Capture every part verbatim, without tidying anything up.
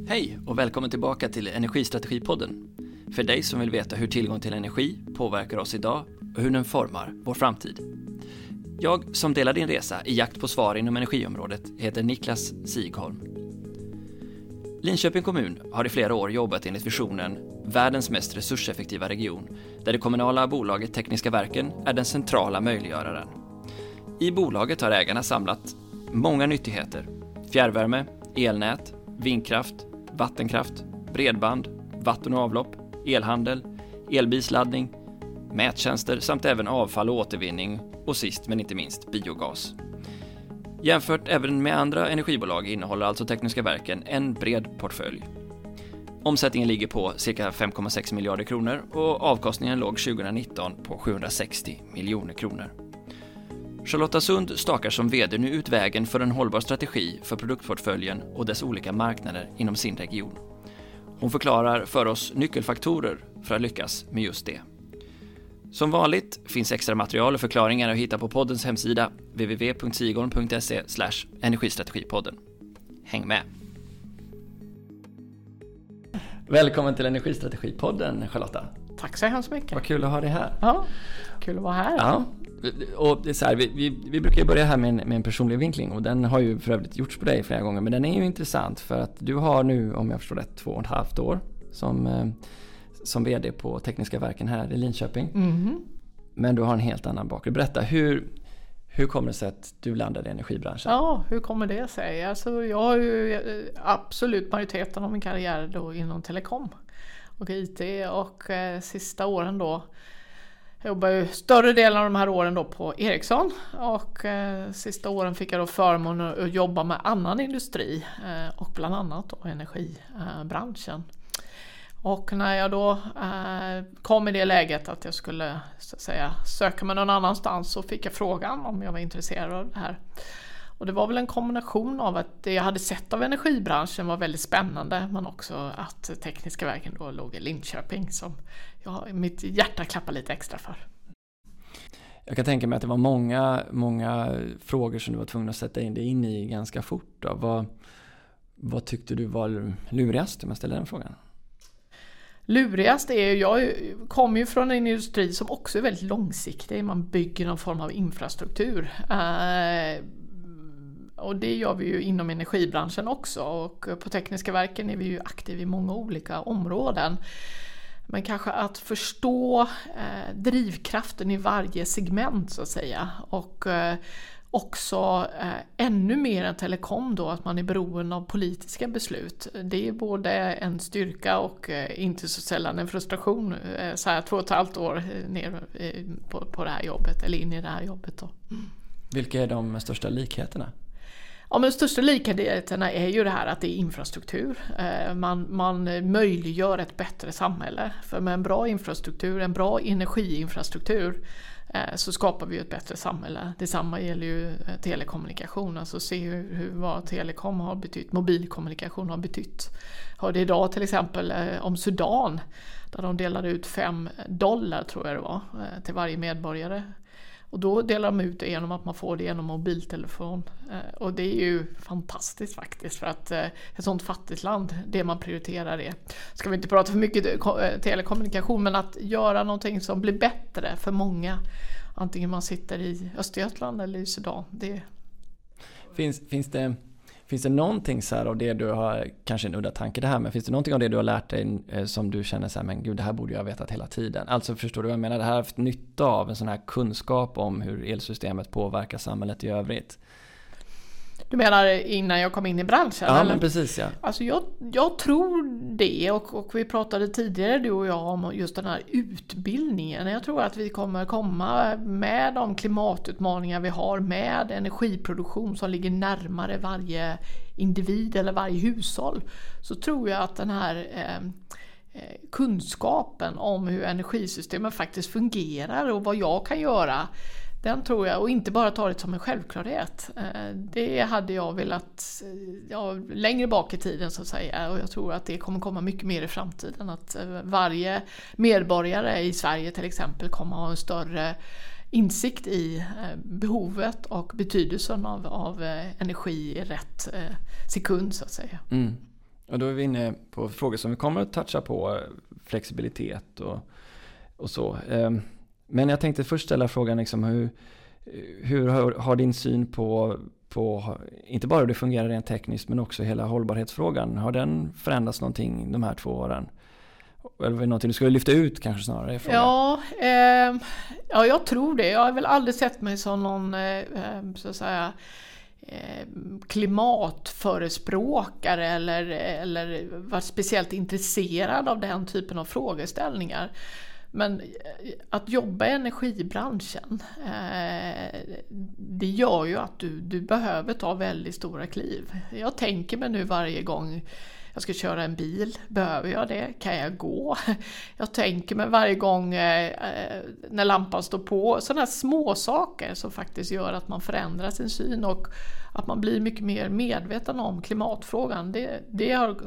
Hej och välkommen tillbaka till Energistrategipodden. För dig som vill veta hur tillgång till energi påverkar oss idag och hur den formar vår framtid. Jag som delar din resa i jakt på svar inom energiområdet heter Niklas Sigholm. Linköping kommun har i flera år jobbat enligt visionen världens mest resurseffektiva region, där det kommunala bolaget Tekniska Verken är den centrala möjliggöraren. I bolaget har ägarna samlat många nyttigheter: fjärrvärme, elnät, vindkraft, vattenkraft, bredband, vatten och avlopp, elhandel, elbilsladdning, mättjänster samt även avfall och återvinning och sist men inte minst biogas. Jämfört även med andra energibolag innehåller alltså Tekniska Verken en bred portfölj. Omsättningen ligger på cirka fem komma sex miljarder kronor och avkastningen låg tjugonitton på sjuhundrasextio miljoner kronor. Charlotta Sund stakar som vd nu ut vägen för en hållbar strategi för produktportföljen och dess olika marknader inom sin region. Hon förklarar för oss nyckelfaktorer för att lyckas med just det. Som vanligt finns extra material och förklaringar att hitta på poddens hemsida w w w punkt sigholm punkt se slash energistrategipodden. Häng med! Välkommen till Energistrategipodden, Charlotta. Tack så hemskt mycket. Vad kul att ha dig här. Ja, kul att vara här. Ja, och det är så här, vi, vi, vi brukar ju börja här med en, med en personlig vinkling och den har ju för övrigt gjorts på dig flera gånger, men den är ju intressant för att du har nu, om jag förstår rätt, två och ett halvt år som, eh, som vd på Tekniska Verken här i Linköping. Mm-hmm. Men du har en helt annan bakgrund. Berätta, hur, hur kommer det sig att du landade i energibranschen? Ja, hur kommer det sig? Alltså, jag har ju absolut majoriteten av min karriär då inom telekom och I T och eh, sista åren då jag jobbar ju större delen av de här åren då på Ericsson och eh, sista åren fick jag då förmånen att jobba med annan industri eh, och bland annat då energibranschen. Och när jag då eh, kom i det läget att jag skulle så att säga söka mig någon annanstans så fick jag frågan om jag var intresserad av det här. Och det var väl en kombination av att det jag hade sett av energibranschen var väldigt spännande, men också att Tekniska Verken då låg i Linköping som jag, mitt hjärta klappar lite extra för. Jag kan tänka mig att det var många, många frågor som du var tvungen att sätta in dig in i ganska fort. Då. Vad, vad tyckte du var lurigast om jag ställde den frågan? Lurigast är ju, jag kommer ju från en industri som också är väldigt långsiktig. Man bygger någon form av infrastruktur. Eh, och det gör vi ju inom energibranschen också. Och på Tekniska Verken är vi ju aktiva i många olika områden. Men kanske att förstå eh, drivkraften i varje segment så att säga. Och eh, också eh, ännu mer än telekom då, att man är beroende av politiska beslut. Det är både en styrka och eh, inte så sällan en frustration eh, så här två och ett halvt år ner eh, på, på det här jobbet eller in i det här jobbet då. Mm. Vilka är de största likheterna? Ja, men de största likheterna är ju det här att det är infrastruktur. Eh, man, man möjliggör ett bättre samhälle. För med en bra infrastruktur, en bra energiinfrastruktur så skapar vi ett bättre samhälle. Detsamma gäller ju telekommunikation. Alltså se hur, hur vad telekom har betytt, mobilkommunikation har betytt. Har det idag till exempel om Sudan där de delade ut fem dollar tror jag det var till varje medborgare. Och då delar de ut det genom att man får det genom mobiltelefon. Och det är ju fantastiskt faktiskt för att ett sånt fattigt land, det man prioriterar är. Ska vi inte prata för mycket telekommunikation, men att göra någonting som blir bättre för många. Antingen man sitter i Östergötland eller i Sudan. Det... Finns, finns det... Finns det någonting så här av det du har, kanske en udda tanke det här, men finns det någonting av det du har lärt dig eh, som du känner så här, men gud, det här borde jag ha vetat hela tiden? Alltså förstår du vad jag menar? Det här har haft nytta av en sån här kunskap om hur elsystemet påverkar samhället i övrigt. Du menar innan jag kom in i branschen? Ja, eller? Men precis ja. Alltså jag, jag tror det och, och vi pratade tidigare du och jag om just den här utbildningen. Jag tror att vi kommer komma med de klimatutmaningar vi har med energiproduktion som ligger närmare varje individ eller varje hushåll. Så tror jag att den här eh, kunskapen om hur energisystemet faktiskt fungerar och vad jag kan göra, den tror jag, och inte bara ta det som en självklarhet. Det hade jag velat ja, längre bak i tiden så att säga, och jag tror att det kommer komma mycket mer i framtiden. Att varje medborgare i Sverige till exempel kommer ha en större insikt i behovet och betydelsen av, av energi i rätt sekund så att säga. Mm. Och då är vi inne på frågor som vi kommer att toucha på, flexibilitet och, och så. Men jag tänkte först ställa frågan liksom hur, hur har, har din syn på, på inte bara hur det fungerar rent tekniskt men också hela hållbarhetsfrågan, har den förändrats någonting de här två åren? Eller var det någonting du skulle lyfta ut kanske snarare? Ja, eh, ja, jag tror det. Jag har väl aldrig sett mig som någon eh, så att säga klimatförespråkare eller, eller varit speciellt intresserad av den typen av frågeställningar. Men att jobba i energibranschen, det gör ju att du, du behöver ta väldigt stora kliv. Jag tänker mig nu varje gång jag ska köra en bil, behöver jag det? Kan jag gå? Jag tänker mig varje gång när lampan står på, sådana här små saker som faktiskt gör att man förändrar sin syn och att man blir mycket mer medveten om klimatfrågan. Det, det har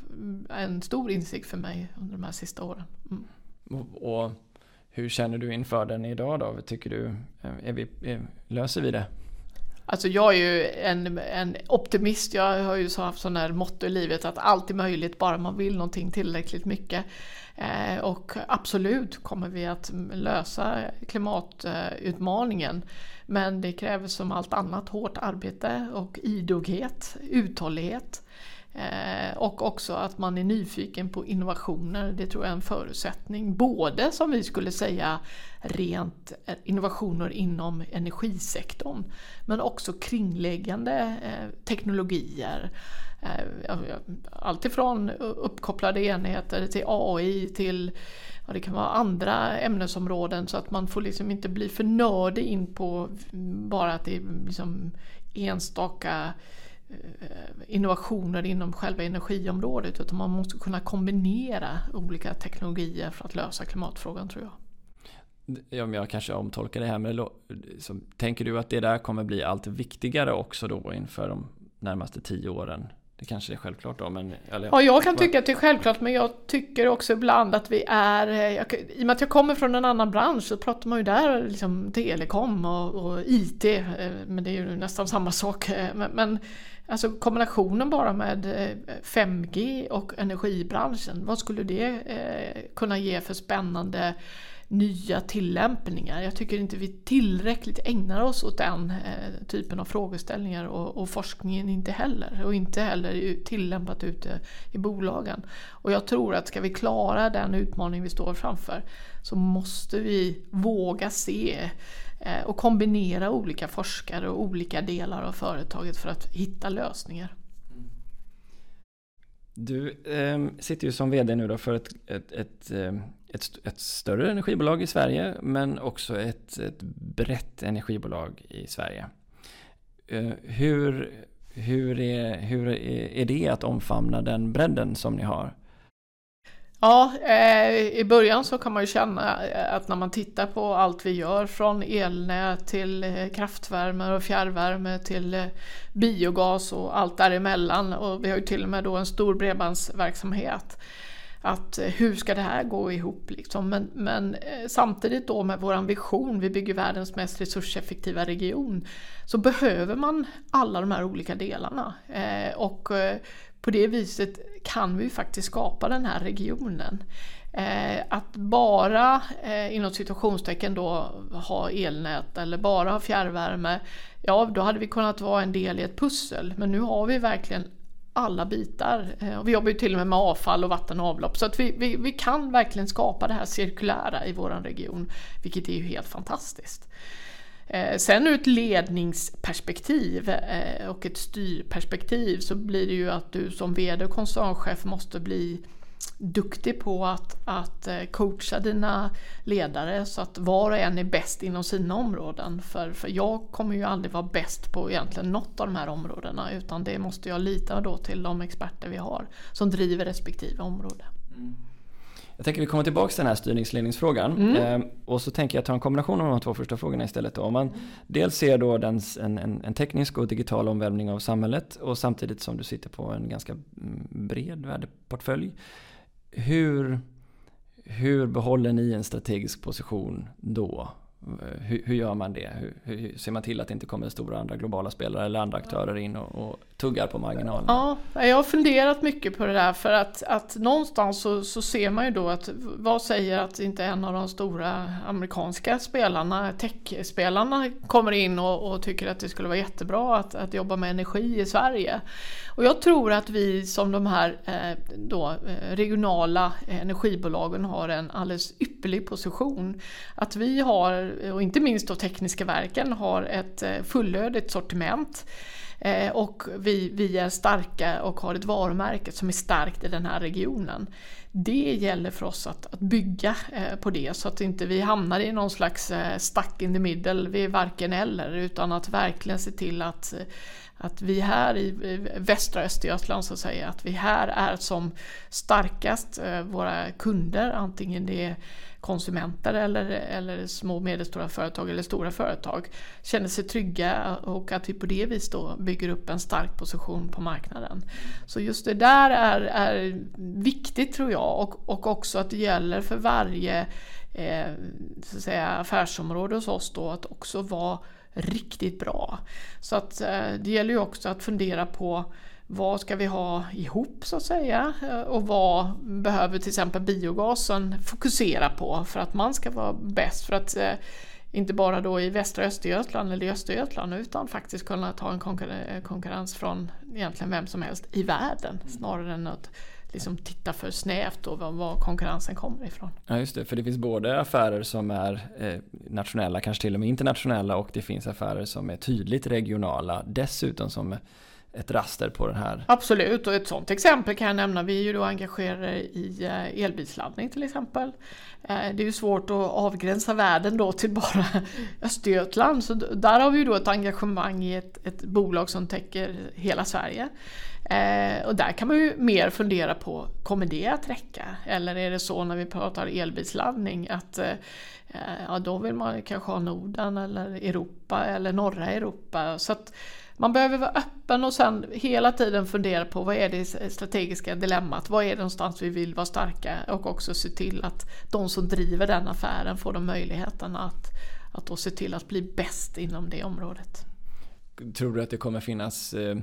en stor insikt för mig under de här sista åren. Mm. Och, och hur känner du inför den idag då? Tycker du, är vi, är, löser vi det? Alltså jag är ju en, en optimist. Jag har ju så haft sån här motto i livet att allt är möjligt bara man vill någonting tillräckligt mycket. Eh, och absolut kommer vi att lösa klimatutmaningen. Men det kräver som allt annat hårt arbete och idoghet, uthållighet. Eh, och också att man är nyfiken på innovationer. Det tror jag är en förutsättning. Både som vi skulle säga rent innovationer inom energisektorn. Men också kringliggande eh, teknologier. Eh, allt ifrån uppkopplade enheter till A I till ja, det kan vara andra ämnesområden. Så att man får liksom inte bli för nördig in på bara att det är liksom enstaka innovationer inom själva energiområdet, utan man måste kunna kombinera olika teknologier för att lösa klimatfrågan, tror jag. Ja, men jag kanske omtolkar det här, men så, tänker du att det där kommer bli allt viktigare också då inför de närmaste tio åren? Det kanske är självklart då, men... Eller, ja, jag kan tycka att det är självklart, men jag tycker också ibland att vi är... Jag, i och med att jag kommer från en annan bransch så pratar man ju där liksom telekom och, och I T, men det är ju nästan samma sak. Men, men alltså kombinationen bara med fem G och energibranschen, vad skulle det eh, kunna ge för spännande nya tillämpningar? Jag tycker inte vi tillräckligt ägnar oss åt den eh, typen av frågeställningar och, och forskningen inte heller, och inte heller tillämpat ute i bolagen. Och jag tror att ska vi klara den utmaning vi står framför så måste vi våga se eh, och kombinera olika forskare och olika delar av företaget för att hitta lösningar. Du eh, sitter ju som vd nu då för ett, ett, ett, ett, ett större energibolag i Sverige, men också ett, ett brett energibolag i Sverige. Eh, hur, hur, är, hur är, är det att omfamna den bredden som ni har? Ja, eh, i början så kan man ju känna att när man tittar på allt vi gör, från elnät till eh, kraftvärme och fjärrvärme till eh, biogas och allt däremellan, och vi har ju till och med då en stor bredbandsverksamhet, att eh, hur ska det här gå ihop liksom? Men, men eh, samtidigt då med våran vision, vi bygger världens mest resurseffektiva region, så behöver man alla de här olika delarna eh, och eh, på det viset kan vi faktiskt skapa den här regionen. Eh, att bara eh, inom situationstecken då ha elnät eller bara ha fjärrvärme, ja då hade vi kunnat vara en del i ett pussel. Men nu har vi verkligen alla bitar. Eh, och vi jobbar ju till och med med avfall och vatten och avlopp. Så att vi, vi, vi kan verkligen skapa det här cirkulära i vår region, vilket är ju helt fantastiskt. Eh, sen ur ett ledningsperspektiv eh, och ett styrperspektiv så blir det ju att du som vd och koncernchef måste bli duktig på att, att coacha dina ledare så att var och en är bäst inom sina områden. För, för jag kommer ju aldrig vara bäst på egentligen något av de här områdena, utan det måste jag lita då till de experter vi har som driver respektive område. Mm. Jag tänker vi kommer tillbaka till den här styrningsledningsfrågan mm. eh, och så tänker jag ta en kombination av de två första frågorna istället. Då. Om man mm. dels ser då den, en, en, en teknisk och digital omvälvning av samhället och samtidigt som du sitter på en ganska bred värdeportfölj. Hur, hur behåller ni en strategisk position då? Hur, hur gör man det? Hur, hur ser man till att det inte kommer stora andra globala spelare eller andra aktörer in och, och tuggar på marginalen? Ja, jag har funderat mycket på det där, för att, att någonstans så, så ser man ju då att vad säger att inte en av de stora amerikanska spelarna, tech-spelarna, kommer in och, och tycker att det skulle vara jättebra att, att jobba med energi i Sverige. Och jag tror att vi som de här eh, då, regionala energibolagen har en alldeles ypperlig position. Att vi har, och inte minst då Tekniska verken, har ett fullödigt sortiment. Eh, och vi, vi är starka och har ett varumärke som är starkt i den här regionen. Det gäller för oss att, att bygga eh, på det, så att inte vi hamnar i någon slags eh, stuck in the middle, vi är varken eller, utan att verkligen se till att att vi här i västra Östergötland, så att säga, att vi här är som starkast eh, våra kunder, antingen det är konsumenter eller, eller små och medelstora företag eller stora företag, känner sig trygga, och att vi på det vis då bygger upp en stark position på marknaden. Så just det där är, är viktigt, tror jag, och, och också att det gäller för varje eh, så att säga, affärsområde hos oss då att också vara riktigt bra. Så att eh, det gäller ju också att fundera på vad ska vi ha ihop, så att säga, och vad behöver till exempel biogasen fokusera på för att man ska vara bäst, för att eh, inte bara då i västra Östergötland eller i Östergötland, utan faktiskt kunna ta en konkur- konkurrens från egentligen vem som helst i världen, snarare än att liksom titta för snävt då var, var konkurrensen kommer ifrån. Ja, just det, för det finns både affärer som är eh, nationella, kanske till och med internationella, och det finns affärer som är tydligt regionala, dessutom som ett raster på den här. Absolut, och ett sådant exempel kan jag nämna, vi är ju då engagerade i elbilsladdning till exempel. Det är ju svårt att avgränsa världen då till bara Östergötland, så där har vi ju då ett engagemang i ett, ett bolag som täcker hela Sverige. Eh, och där kan man ju mer fundera på, kommer det att räcka? Eller är det så när vi pratar elbilsladdning att eh, ja, då vill man kanske ha Norden eller Europa eller norra Europa. Så att man behöver vara öppen och sen hela tiden fundera på vad är det strategiska dilemmat, vad är det någonstans vi vill vara starka, och också se till att de som driver den affären får de möjligheten att, att då se till att bli bäst inom det området. Tror du att det kommer finnas eh,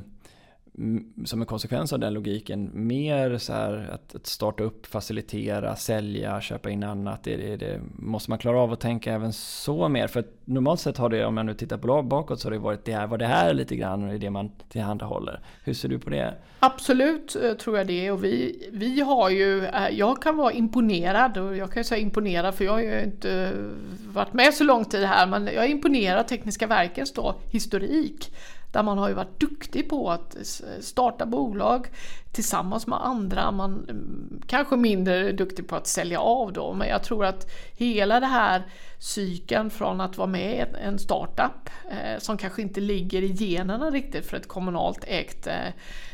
som en konsekvens av den logiken mer så här att, att starta upp, facilitera, sälja, köpa in annat? Det, det, det, måste man klara av att tänka även så mer? För normalt sett har det, om man nu tittar på bakåt, så har det varit det här, vad det här lite grann, och det är det man tillhandahåller. Hur ser du på det? Absolut tror jag det, och vi, vi har ju, jag kan vara imponerad, och jag kan ju säga imponerad för jag har ju inte varit med så lång tid här, men jag är imponerad Tekniska verkens då historik, där man har ju varit duktig på att starta bolag tillsammans med andra. Man kanske mindre duktig på att sälja av då, men jag tror att hela det här cykeln från att vara med i en startup eh, som kanske inte ligger i generna riktigt för ett kommunalt ägt eh,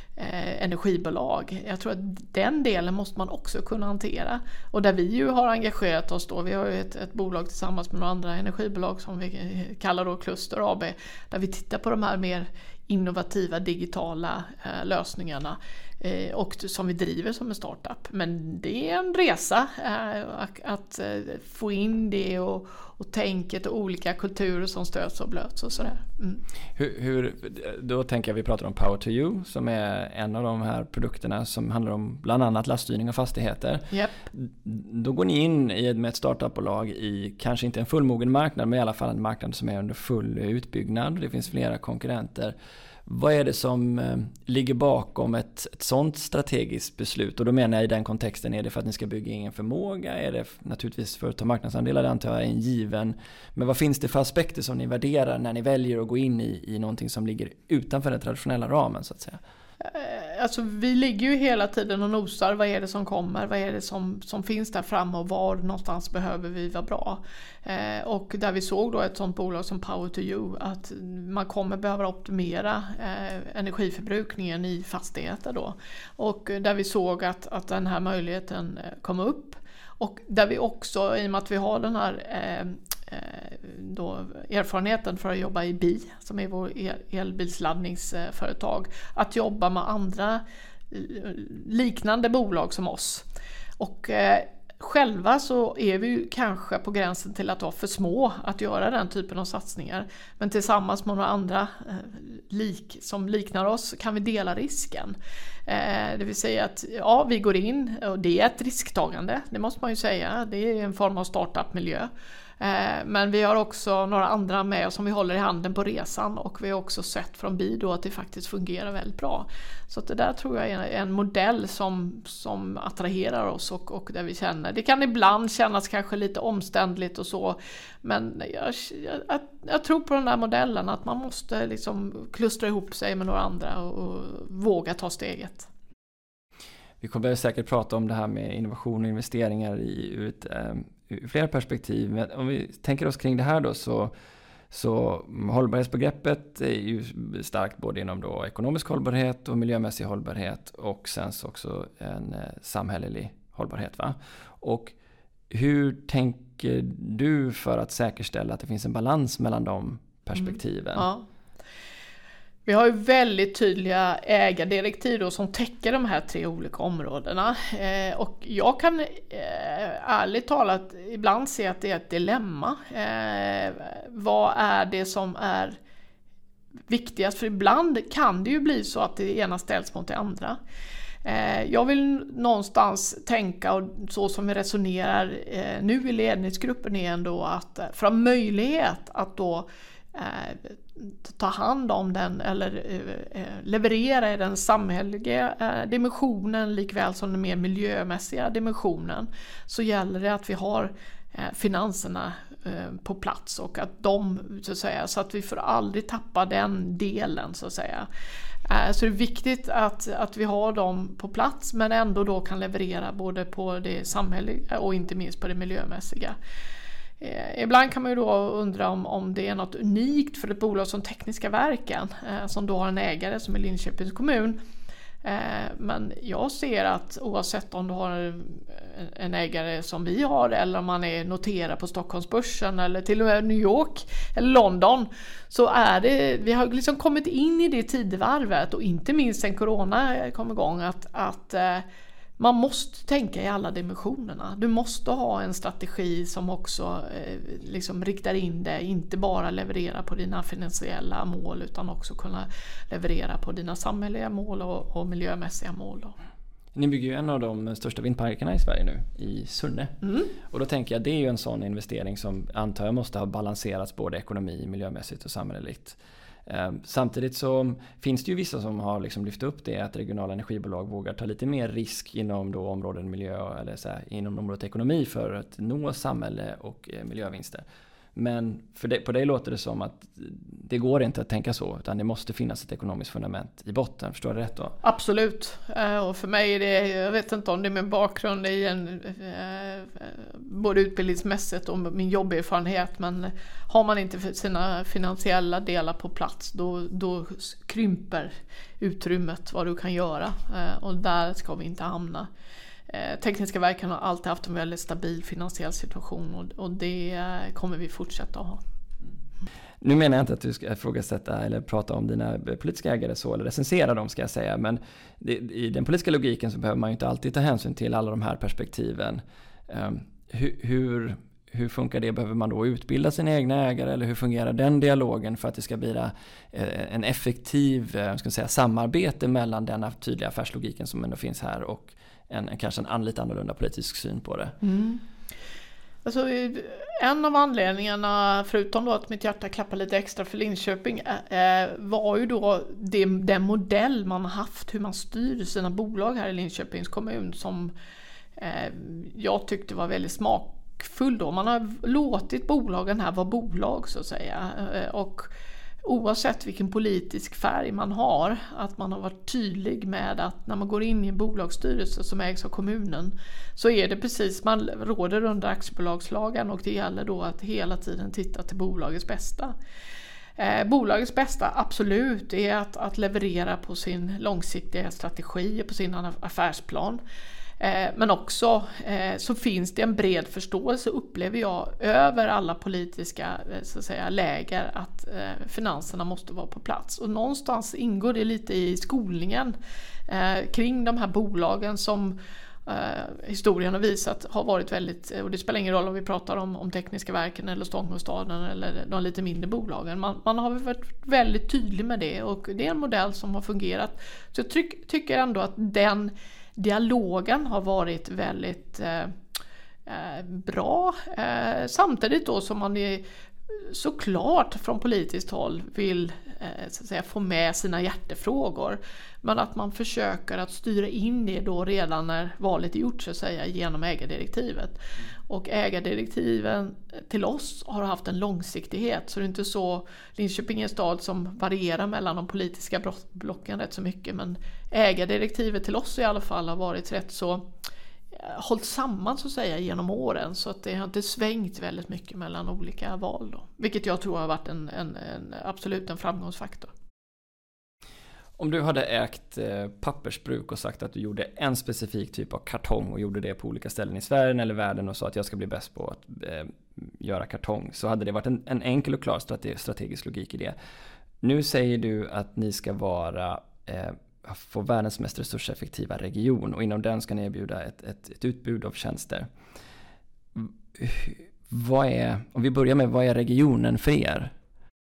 Eh, energibolag. Jag tror att den delen måste man också kunna hantera. Och där vi ju har engagerat oss då, vi har ju ett, ett bolag tillsammans med några andra energibolag som vi kallar då Kluster A B, där vi tittar på de här mer innovativa digitala eh, lösningarna eh, och som vi driver som en startup. Men det är en resa eh, att, att eh, få in det och, och tänket och olika kulturer som stöts och blöts och sådär. Mm. Hur, hur, då tänker jag, vi pratar om Power to You som är en av de här produkterna som handlar om bland annat laststyrning av fastigheter. Yep. Då går ni in i, med ett startupbolag i kanske inte en fullmogen marknad, men i alla fall en marknad som är under full utbyggnad. Det finns flera konkurrenter. Vad är det som eh, ligger bakom ett, ett sånt strategiskt beslut? Och då menar jag i den kontexten, är det för att ni ska bygga egen förmåga? Är det naturligtvis för att ta marknadsandelar? Det antar jag är en given. Men vad finns det för aspekter som ni värderar när ni väljer att gå in i, i någonting som ligger utanför den traditionella ramen, så att säga? Alltså vi ligger ju hela tiden och nosar, vad är det som kommer, vad är det som, som finns där framme och var någonstans behöver vi vara bra. Eh, och där vi såg då ett sånt bolag som Power to You, att man kommer behöva optimera eh, energiförbrukningen i fastigheter då. Och där vi såg att, att den här möjligheten kom upp. Och där vi också, i och med att vi har den här eh, då erfarenheten för att jobba i B I, som är vår elbilsladdningsföretag, att jobba med andra liknande bolag som oss. Och själva så är vi ju kanske på gränsen till att vara för små att göra den typen av satsningar. Men tillsammans med några andra eh, lik, som liknar oss kan vi dela risken. Eh, det vill säga att ja, vi går in och det är ett risktagande, det måste man ju säga. Det är en form av startup-miljö. Eh, men vi har också några andra med oss som vi håller i handen på resan, och vi har också sett från Bido att det faktiskt fungerar väldigt bra. Så att det där tror jag är en modell som, som attraherar oss och, och där vi känner. Det kan ibland kännas kanske lite omständligt och så, men jag, jag, jag tror på den där modellen att man måste liksom klustra ihop sig med några andra och, och våga ta steget. Vi kommer säkert prata om det här med innovation och investeringar i, ur, ett, um, ur flera perspektiv. Men om vi tänker oss kring det här då, så, så hållbarhetsbegreppet är ju starkt både inom då ekonomisk hållbarhet och miljömässig hållbarhet, och sen så också en eh, samhällelig hållbarhet. Va? Och hur tänker du för att säkerställa att det finns en balans mellan de perspektiven? Mm. Ja. Vi har ju väldigt tydliga ägardirektiv då, som täcker de här tre olika områdena. Eh, och jag kan eh, ärligt talat ibland se att det är ett dilemma. Eh, vad är det som är viktigast? För ibland kan det ju bli så att det ena ställs mot det andra. Eh, jag vill någonstans tänka, och så som vi resonerar eh, nu i ledningsgruppen, är ändå att för att ha möjlighet att då Eh, ta hand om den eller eh, leverera i den samhälleliga eh, dimensionen likväl som den mer miljömässiga dimensionen, så gäller det att vi har eh, finanserna eh, på plats, och att de, så att säga, så att vi får aldrig tappa den delen, så att säga. Eh, så det är viktigt att, att vi har dem på plats, men ändå då kan leverera både på det samhälleliga och inte minst på det miljömässiga. Eh, ibland kan man ju då undra om, om det är något unikt för ett bolag som Tekniska Verken, eh, som då har en ägare som är Linköpings kommun. Eh, men jag ser att oavsett om du har en, en ägare som vi har, eller om man är noterad på Stockholmsbörsen eller till och med New York eller London, så är det, vi har liksom kommit in i det tidevarvet, och inte minst sen corona kom igång, att, att eh, man måste tänka i alla dimensionerna. Du måste ha en strategi som också eh, liksom riktar in det, inte bara leverera på dina finansiella mål, utan också kunna leverera på dina samhälleliga mål och, och miljömässiga mål. Då. Ni bygger ju en av de största vindparkerna i Sverige nu, i Sunne. Mm. Och då tänker jag, det är ju en sån investering som antar jag måste ha balanserats både ekonomi, miljömässigt och samhälleligt. Samtidigt så finns det ju vissa som har liksom lyft upp det, att regionala energibolag vågar ta lite mer risk inom då områden miljö, eller så här, inom området ekonomi, för att nå samhälle och miljövinster. Men för det, på dig låter det som att det går inte att tänka så, utan det måste finnas ett ekonomiskt fundament i botten. Förstår du rätt då? Absolut. Och för mig är det, jag vet inte om det är min bakgrund i en, både utbildningsmässigt och min jobberfarenhet, men har man inte sina finansiella delar på plats, då, då krymper utrymmet vad du kan göra, och där ska vi inte hamna. Tekniska Verken har alltid haft en väldigt stabil finansiell situation, och, och det kommer vi fortsätta att ha. Nu menar jag inte att du ska ifrågasätta eller prata om dina politiska ägare så, eller recensera dem ska jag säga, men det, i den politiska logiken så behöver man ju inte alltid ta hänsyn till alla de här perspektiven. Um, hur, hur, hur funkar det? Behöver man då utbilda sina egna ägare, eller hur fungerar den dialogen för att det ska bli uh, en effektiv uh, ska jag säga, samarbete mellan den tydliga affärslogiken som ändå finns här och en, kanske en lite annorlunda politisk syn på det? Mm. Alltså, en av anledningarna, förutom då att mitt hjärta klappar lite extra för Linköping, eh, var ju då det, den modell man har haft, hur man styr sina bolag här i Linköpings kommun, som eh, jag tyckte var väldigt smakfull då. Man har låtit bolagen här vara bolag, så att säga, eh, och oavsett vilken politisk färg man har, att man har varit tydlig med att när man går in i en bolagsstyrelse som ägs av kommunen, så är det precis, man råder under aktiebolagslagen, och det gäller då att hela tiden titta till bolagets bästa. Eh, bolagets bästa, absolut, är att, att leverera på sin långsiktiga strategi och på sin affärsplan. Men också så finns det en bred förståelse, upplever jag, över alla politiska, så att säga, läger, att finanserna måste vara på plats. Och någonstans ingår det lite i skolningen kring de här bolagen som eh, historien har visat har varit väldigt, och det spelar ingen roll om vi pratar om, om Tekniska Verken eller Stångåstaden eller de lite mindre bolagen. Man, man har varit väldigt tydlig med det och det är en modell som har fungerat. Så jag tyck, tycker ändå att den dialogen har varit väldigt eh, eh, bra. Eh, samtidigt då som man är såklart från politiskt håll vill eh, så att säga, få med sina hjärtefrågor, men att man försöker att styra in det då redan när valet är gjort så att säga genom ägardirektivet. Och ägardirektiven till oss har haft en långsiktighet, så det är inte så Linköping är en stad som varierar mellan de politiska blocken rätt så mycket, men ägardirektivet till oss i alla fall har varit rätt så hållit samman så att säga genom åren, så att det har inte svängt väldigt mycket mellan olika val då, vilket jag tror har varit en, en, en absolut en framgångsfaktor. Om du hade ägt eh, pappersbruk och sagt att du gjorde en specifik typ av kartong och gjorde det på olika ställen i Sverige eller världen och sa att jag ska bli bäst på att eh, göra kartong, så hade det varit en, en enkel och klar strate- strategisk logik i det. Nu säger du att ni ska vara eh, få världens mest resurseffektiva region och inom den ska ni erbjuda ett, ett, ett utbud av tjänster. Vad är, om vi börjar med, vad är regionen för er?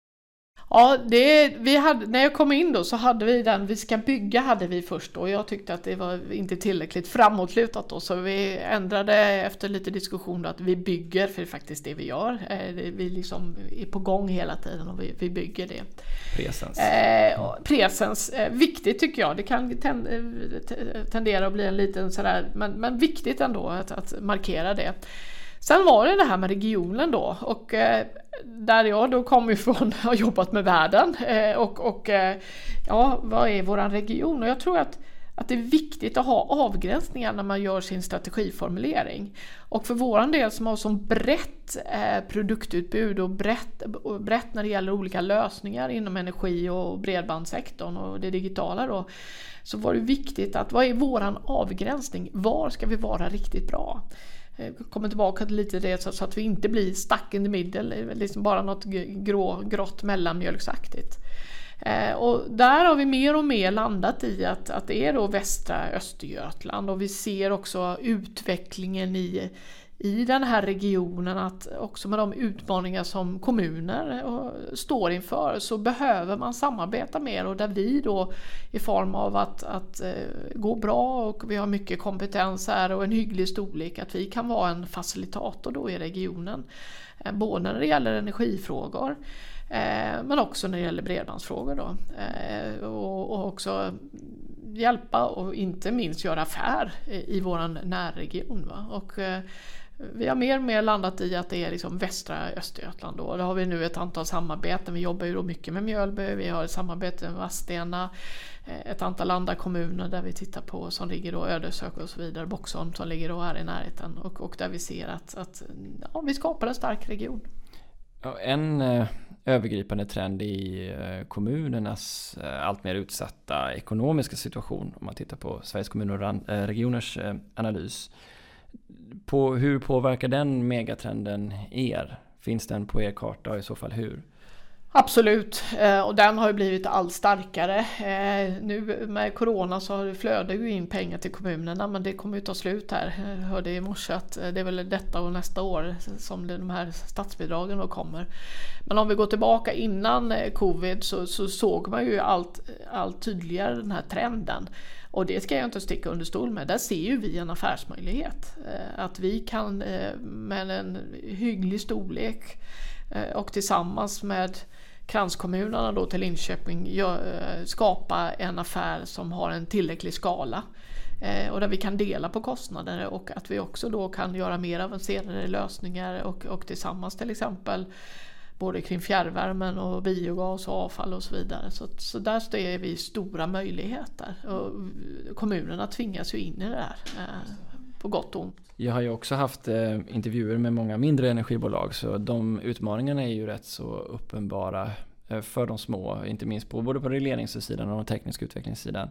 Ja, det, vi hade, när jag kom in då så hade vi den, vi ska bygga hade vi först då. Jag tyckte att det var inte tillräckligt framåtlutat då, så vi ändrade efter lite diskussion då att vi bygger, för det är faktiskt det vi gör. Vi liksom är på gång hela tiden och vi, vi bygger det. Presens. Eh, presens, eh, viktigt tycker jag. Det kan tend, tendera att bli en liten sådär, men, men viktigt ändå att, att markera det. Sen var det det här med regionen då, och eh, där jag då kom ifrån har jobbat med världen eh, och, och eh, ja, vad är våran region? Och jag tror att, att det är viktigt att ha avgränsningar när man gör sin strategiformulering. Och för våran del som har som brett eh, produktutbud och brett, och brett när det gäller olika lösningar inom energi- och bredbandssektorn och det digitala då, så var det viktigt att vad är våran avgränsning? Var ska vi vara riktigt bra? Kommer tillbaka till lite det så att vi inte blir stuck in the middle, liksom bara något grå, grått mellanmjölksaktigt. Eh, och där har vi mer och mer landat i att, att det är då västra Östergötland, och vi ser också utvecklingen i, i den här regionen, att också med de utmaningar som kommuner står inför så behöver man samarbeta mer, och där vi då i form av att, att eh, gå bra och vi har mycket kompetens här och en hygglig storlek, att vi kan vara en facilitator då i regionen, eh, både när det gäller energifrågor eh, men också när det gäller bredbandsfrågor då, eh, och, och också hjälpa och inte minst göra affär i, i våran närregion va? Och eh, vi har mer och mer landat i att det är liksom västra Östergötland då. Där har vi nu ett antal samarbeten. Vi jobbar ju då mycket med Mjölby. Vi har ett samarbete med Vadstena. Ett antal andra kommuner där vi tittar på som ligger då Ödeshög och så vidare. Boxholm som ligger då här i närheten. Och, och där vi ser att, att ja, vi skapar en stark region. Ja, en eh, övergripande trend i eh, kommunernas eh, allt mer utsatta ekonomiska situation, om man tittar på Sveriges kommuner och ran, eh, regioners eh, analys. På hur påverkar den megatrenden er? Finns den på er karta och i så fall hur? Absolut, och den har ju blivit allt starkare. Nu med corona så flödar ju in pengar till kommunerna, men det kommer ju ta slut här. Jag hörde i morse att det är väl detta och nästa år som de här statsbidragen då kommer. Men om vi går tillbaka innan covid så, så såg man ju allt, allt tydligare den här trenden. Och det ska jag inte sticka under stol med. Där ser ju vi en affärsmöjlighet. Att vi kan med en hygglig storlek och tillsammans med kranskommunerna då till Linköping skapa en affär som har en tillräcklig skala. Och där vi kan dela på kostnader och att vi också då kan göra mer avancerade lösningar och, och tillsammans till exempel både kring fjärrvärmen och biogas och avfall och så vidare. Så, så där ser vi stora möjligheter. Och kommunerna tvingas ju in i det här eh, på gott och ont. Jag har ju också haft eh, intervjuer med många mindre energibolag, så de utmaningarna är ju rätt så uppenbara eh, för de små, inte minst på både på regleringssidan och den tekniska utvecklingssidan.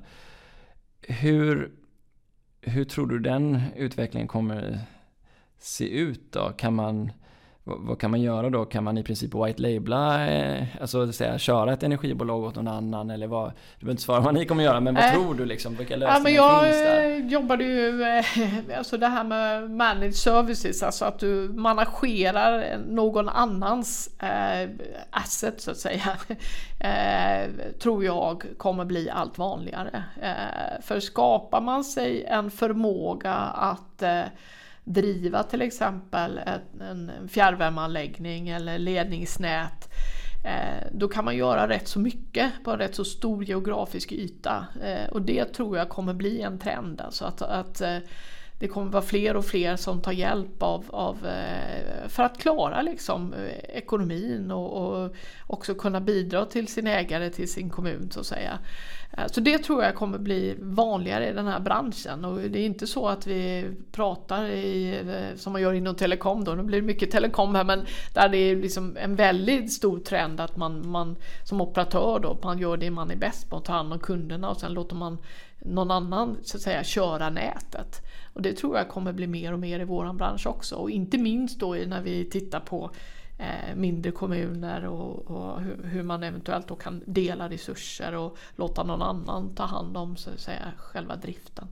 Hur, hur tror du den utvecklingen kommer se ut då? Kan man vad, vad kan man göra då? Kan man i princip white labla, eh, alltså säga, köra ett energibolag åt någon annan? Eller vad, du behöver inte svara vad ni kommer göra, men vad äh, tror du liksom? Vilka lösningar ja, men jag finns där? Jobbade ju, alltså det här med managed services, alltså att du managerar någon annans eh, asset så att säga, eh, tror jag kommer bli allt vanligare. Eh, för skapar man sig en förmåga att eh, driva till exempel en, en fjärrvärmeanläggning eller ledningsnät, eh, då kan man göra rätt så mycket på en rätt så stor geografisk yta. Eh, och det tror jag kommer bli en trend. Alltså att, att eh, det kommer vara fler och fler som tar hjälp av, av eh, för att klara liksom, eh, ekonomin och, och också kunna bidra till sin ägare, till sin kommun så att säga. Eh, så det tror jag kommer bli vanligare i den här branschen, och det är inte så att vi pratar i, eh, som man gör inom telekom då, nu blir det mycket telekom här, men där det är liksom en väldigt stor trend att man, man som operatör då, man gör det man är bäst på, att ta hand om kunderna och sen låter man någon annan så att säga köra nätet. Och det tror jag kommer bli mer och mer i våran bransch också. Och inte minst då när vi tittar på eh, mindre kommuner och, och hur, hur man eventuellt då kan dela resurser och låta någon annan ta hand om så att säga själva driften.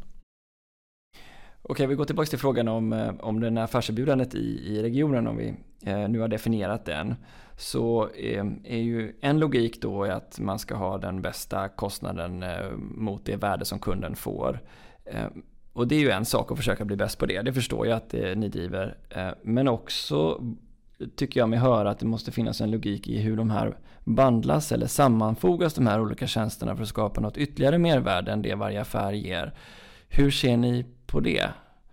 Okej, vi går tillbaka till frågan om, om den affärserbjudandet i, i regionen, om vi eh, nu har definierat den. Så eh, är ju en logik då att man ska ha den bästa kostnaden eh, mot det värde som kunden får. Eh, och det är ju en sak att försöka bli bäst på det. Det förstår jag att eh, ni driver. Eh, men också tycker jag mig höra att det måste finnas en logik i hur de här bandlas eller sammanfogas, de här olika tjänsterna, för att skapa något ytterligare mervärde än det varje affär ger. Hur ser ni på det?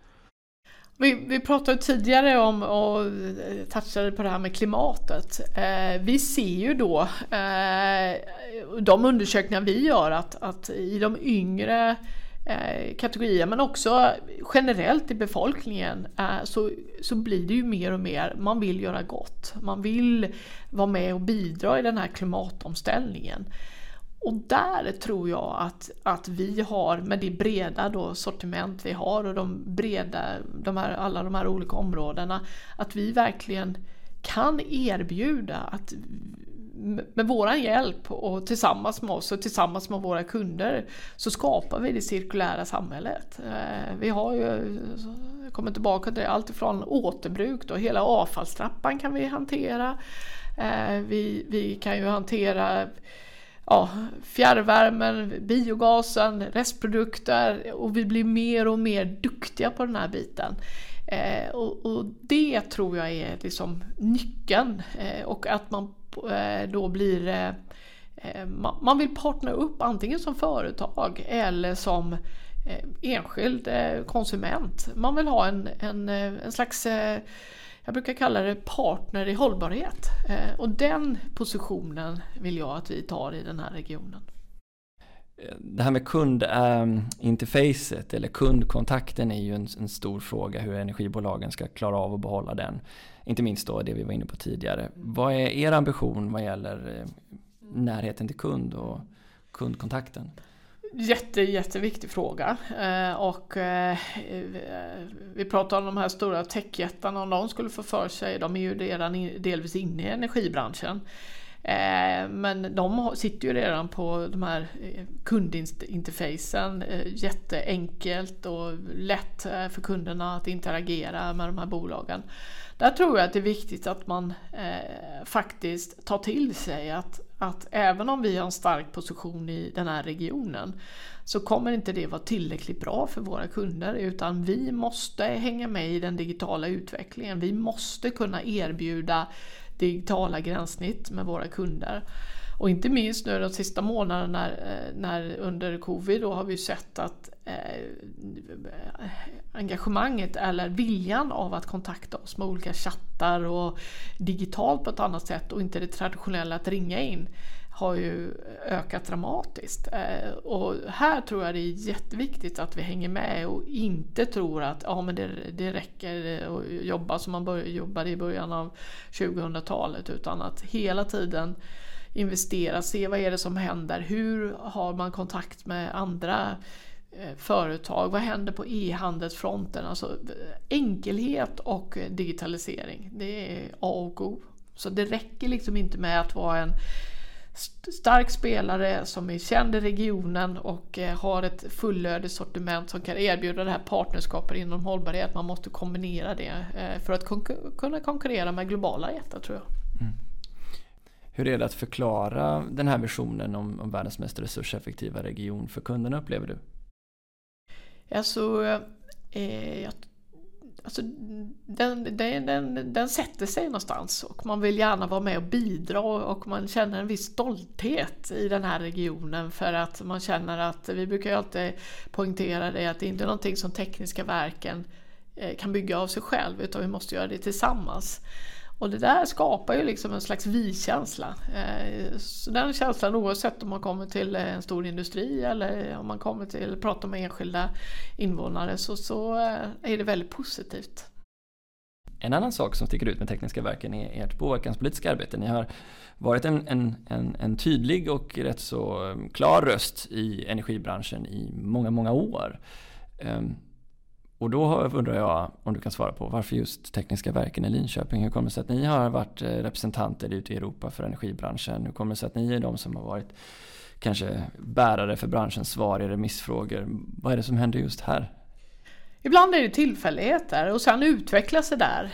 Vi, vi pratade tidigare om och touchade på det här med klimatet. Eh, vi ser ju då eh, de undersökningar vi gör att, att i de yngre eh, kategorier, men också generellt i befolkningen, eh, så, så blir det ju mer och mer, man vill göra gott. Man vill vara med och bidra i den här klimatomställningen. Och där tror jag att, att vi har, med det breda då sortiment vi har och de breda, de här, alla de här olika områdena, att vi verkligen kan erbjuda att med våran hjälp och tillsammans med oss och tillsammans med våra kunder så skapar vi det cirkulära samhället. Vi har ju, jag kommer tillbaka till det, allt ifrån återbruk då, hela avfallstrappan kan vi hantera. Vi, vi kan ju hantera ja, fjärrvärmen, biogasen, restprodukter, och vi blir mer och mer duktiga på den här biten. Eh, och, och det tror jag är liksom nyckeln, eh, och att man eh, då blir eh, man, man vill partnera upp antingen som företag eller som eh, enskild eh, konsument. Man vill ha en, en, en slags eh, jag brukar kalla det partner i hållbarhet. Eh, och den positionen vill jag att vi tar i den här regionen. Det här med kundinterfacet eller kundkontakten är ju en, en stor fråga, hur energibolagen ska klara av att behålla den. Inte minst då det vi var inne på tidigare. Vad är er ambition vad gäller närheten till kund och kundkontakten? Jätte, jätteviktig fråga. Eh, och eh, vi pratar om de här stora techjättarna, om de skulle få för sig, de är ju redan in, delvis inne i energibranschen. Eh, men de sitter ju redan på de här kundinterfacen, eh, jätteenkelt och lätt eh, för kunderna att interagera med de här bolagen. Där tror jag att det är viktigt att man eh, faktiskt tar till sig att, att även om vi har en stark position i den här regionen så kommer inte det vara tillräckligt bra för våra kunder, utan vi måste hänga med i den digitala utvecklingen. Vi måste kunna erbjuda digitala gränssnitt med våra kunder. Och inte minst nu de sista månaderna när, när under covid då har vi sett att eh, engagemanget eller viljan av att kontakta oss med olika chattar och digitalt på ett annat sätt och inte det traditionella att ringa in har ju ökat dramatiskt. Eh, och här tror jag det är jätteviktigt att vi hänger med och inte tror att ja, men det, det räcker att jobba som man började jobba i början av tjugohundratalet, utan att hela tiden investera, se vad är det som händer, hur har man kontakt med andra företag. Vad händer på e-handelsfronten? Alltså enkelhet och digitalisering. Det är A och O. Så det räcker liksom inte med att vara en stark spelare som är känd i regionen och har ett fullödigt sortiment som kan erbjuda det här partnerskapet inom hållbarhet. Man måste kombinera det för att konkur- kunna konkurrera med globala jättar, tror jag. Mm. Hur är det att förklara den här visionen om, om världens mest resurseffektiva region för kunderna, upplever du? Alltså, eh, jag Alltså, den, den, den, den sätter sig någonstans och man vill gärna vara med och bidra och man känner en viss stolthet i den här regionen för att man känner att, vi brukar ju alltid poängtera det, att det inte är någonting som tekniska verken kan bygga av sig själv, utan vi måste göra det tillsammans. Och det där skapar ju liksom en slags vi-känsla. Så den känslan, oavsett om man kommer till en stor industri eller om man kommer till att prata med enskilda invånare, så, så är det väldigt positivt. En annan sak som sticker ut med Tekniska verken är ert påverkanspolitiska arbete. Ni har varit en, en, en, en tydlig och rätt så klar röst i energibranschen i många, många år. Um, Och då undrar jag om du kan svara på varför just Tekniska verken i Linköping. Hur kommer det sig att ni har varit representanter ute i Europa för energibranschen? Hur kommer det sig att ni är de som har varit kanske bärare för branschens svar i remissfrågor? Vad är det som händer just här? Ibland är det tillfälligheter och sen utvecklas det där.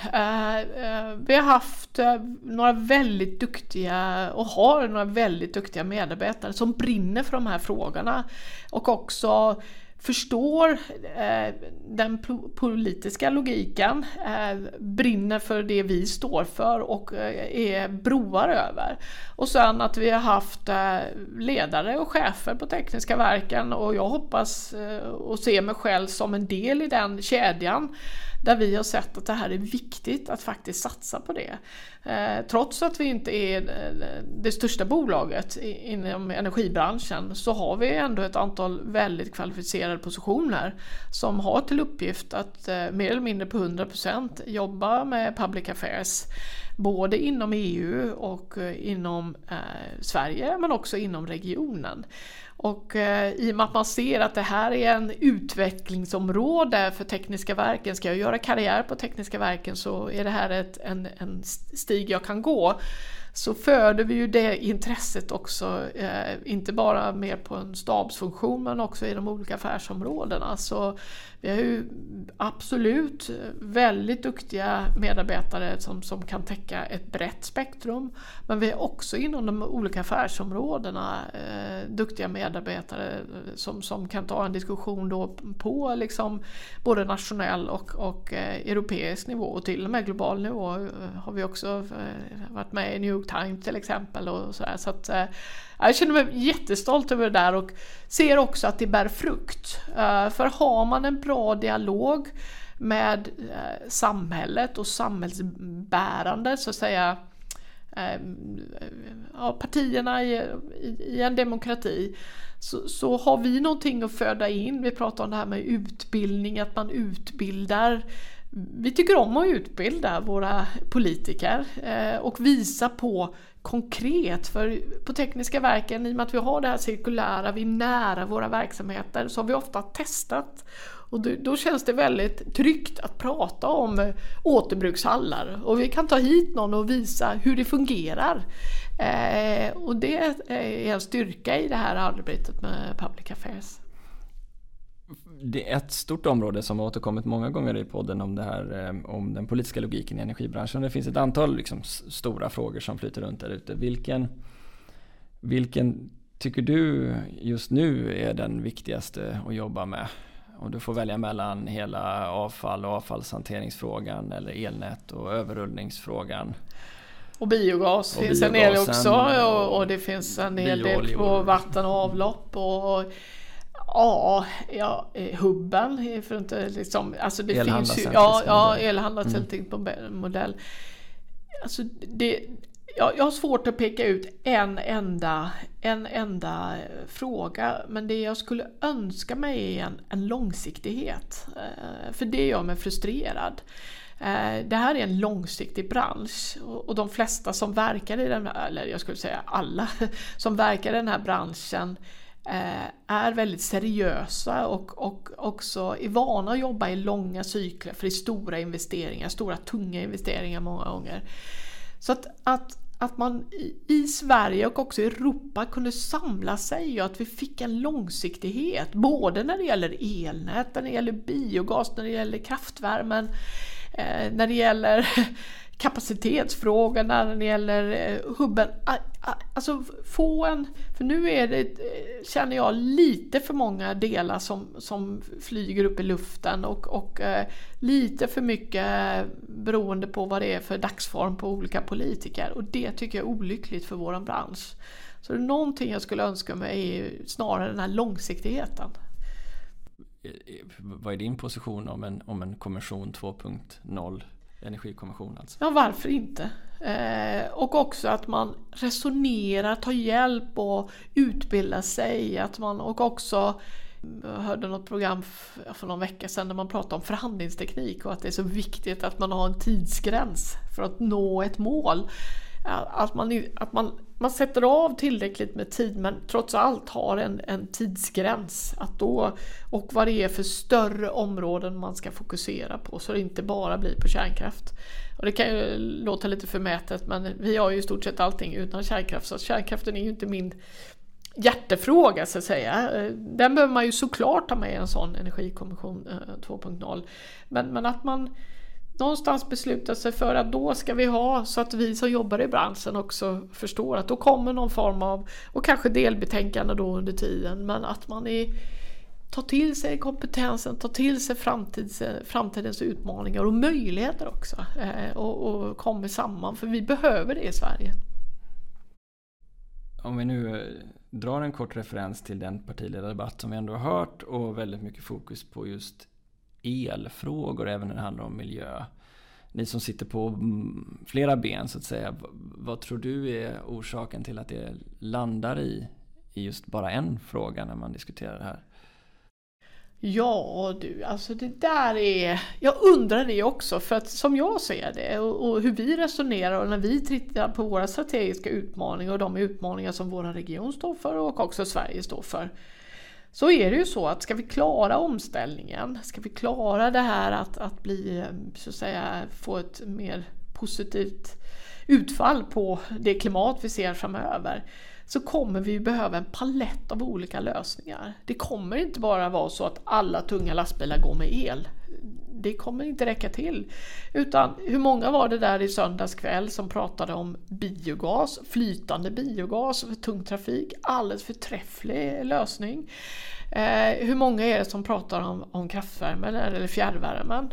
Vi har haft några väldigt duktiga och har några väldigt duktiga medarbetare som brinner för de här frågorna och också förstår eh, den politiska logiken, eh, brinner för det vi står för och eh, är broar över. Och sen att vi har haft eh, ledare och chefer på Tekniska verken, och jag hoppas eh, och ser mig själv som en del i den kedjan där vi har sett att det här är viktigt att faktiskt satsa på det. Eh, trots att vi inte är det största bolaget inom energibranschen, så har vi ändå ett antal väldigt kvalificerade positioner som har till uppgift att eh, mer eller mindre på hundra procent jobba med public affairs, både inom E U och eh, inom eh, Sverige, men också inom regionen. Och eh, i och med att man ser att det här är en utvecklingsområde för Tekniska verken, ska jag göra karriär på Tekniska verken så är det här ett, en, en stig jag kan gå. Så föder vi ju det intresset också, eh, inte bara mer på en stabsfunktion men också i de olika affärsområdena. Så vi har ju absolut väldigt duktiga medarbetare som, som kan täcka ett brett spektrum. Men vi är också inom de olika affärsområdena eh, duktiga medarbetare som, som kan ta en diskussion då på liksom både nationell och, och eh, europeisk nivå, och till och med global nivå eh, har vi också eh, varit med i New York Times till exempel. Och så där. Så att, eh, jag känner mig jättestolt över det där och ser också att det bär frukt. Uh, för har man en bra dialog med uh, samhället och samhällsbärande, så att säga, uh, uh, partierna i, i, i en demokrati, så, så har vi någonting att föda in. Vi pratar om det här med utbildning, att man utbildar. Vi tycker om att utbilda våra politiker uh, och visa på konkret, för på Tekniska verken, i och med att vi har det här cirkulära, vi är nära våra verksamheter, så har vi ofta testat, och då, då känns det väldigt tryggt att prata om återbrukshallar, och vi kan ta hit någon och visa hur det fungerar, eh, och det är en styrka i det här arbetet med public affairs. Det är ett stort område som har återkommit många gånger i podden om det här, om den politiska logiken i energibranschen. Det finns ett antal liksom stora frågor som flyter runt där ute. Vilken, vilken tycker du just nu är den viktigaste att jobba med? Om du får välja mellan hela avfall och avfallshanteringsfrågan eller elnät och överrullningsfrågan. Och biogas och finns en del också, och, och det finns en hel del på vatten och avlopp och Ja, ja, hubben för inte liksom, alltså det finns ju, ja, ja, elhandlarcentrisk-modell. Alltså det, ja, jag har svårt att peka ut en enda, en enda fråga, men det jag skulle önska mig är en, en långsiktighet, för det gör mig frustrerad. Det här är en långsiktig bransch, och de flesta som verkar i den, eller jag skulle säga alla som verkar i den här branschen, är väldigt seriösa och, och också är vana att jobba i långa cykler för i stora investeringar, stora tunga investeringar många gånger. Så att, att, att man i, i Sverige och också i Europa kunde samla sig och att vi fick en långsiktighet både när det gäller elnät, när det gäller biogas, när det gäller kraftvärmen, eh, när det gäller kapacitetsfrågorna, när det gäller hubben. Alltså få en, för nu är det, känner jag, lite för många delar som, som flyger upp i luften och, och eh, lite för mycket beroende på vad det är för dagsform på olika politiker, och det tycker jag är olyckligt för våran bransch. Så det är någonting jag skulle önska mig är snarare den här långsiktigheten. Vad är din position om en, om en kommission två punkt noll? Energikommission alltså. Ja, varför inte? Eh, och också att man resonerar, tar hjälp och utbildar sig. Att man, och också, jag hörde något program för någon vecka sedan där man pratade om förhandlingsteknik och att det är så viktigt att man har en tidsgräns för att nå ett mål. Att man, att man, man sätter av tillräckligt med tid men trots allt har en, en tidsgräns att då, och vad det är för större områden man ska fokusera på så det inte bara blir på kärnkraft. Och det kan ju låta lite förmätet men vi har ju i stort sett allting utan kärnkraft, så kärnkraften är ju inte min hjärtefråga så att säga. Den behöver man ju såklart ha med i en sån energikommission två punkt noll, men, men att man någonstans besluta sig för att då ska vi ha så att vi som jobbar i branschen också förstår att då kommer någon form av, och kanske delbetänkande då under tiden, men att man är, tar till sig kompetensen, tar till sig framtids, framtidens utmaningar och möjligheter också eh, och, och kommer samman, för vi behöver det i Sverige. Om vi nu drar en kort referens till den partiledardebatt som vi ändå har hört och väldigt mycket fokus på just elfrågor även när det handlar om miljö. Ni som sitter på flera ben så att säga, vad tror du är orsaken till att det landar i, i just bara en fråga när man diskuterar det här? Ja du, alltså det där är, jag undrar det också, för att som jag ser det och, och hur vi resonerar och när vi tittar på våra strategiska utmaningar och de utmaningar som vår region står för och också Sverige står för, så är det ju så att ska vi klara omställningen, ska vi klara det här att, att bli, så att säga, få ett mer positivt utfall på det klimat vi ser framöver, så kommer vi behöva en palett av olika lösningar. Det kommer inte bara vara så att alla tunga lastbilar går med el. Det kommer inte räcka till. Utan hur många var det där i söndags kväll som pratade om biogas, flytande biogas för tung trafik, alldeles förträfflig lösning. Eh, hur många är det som pratar om, om kraftvärme eller fjärrvärmen?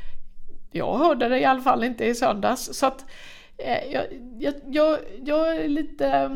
Jag hörde det i alla fall inte i söndags. Så att eh, jag, jag, jag, jag är lite...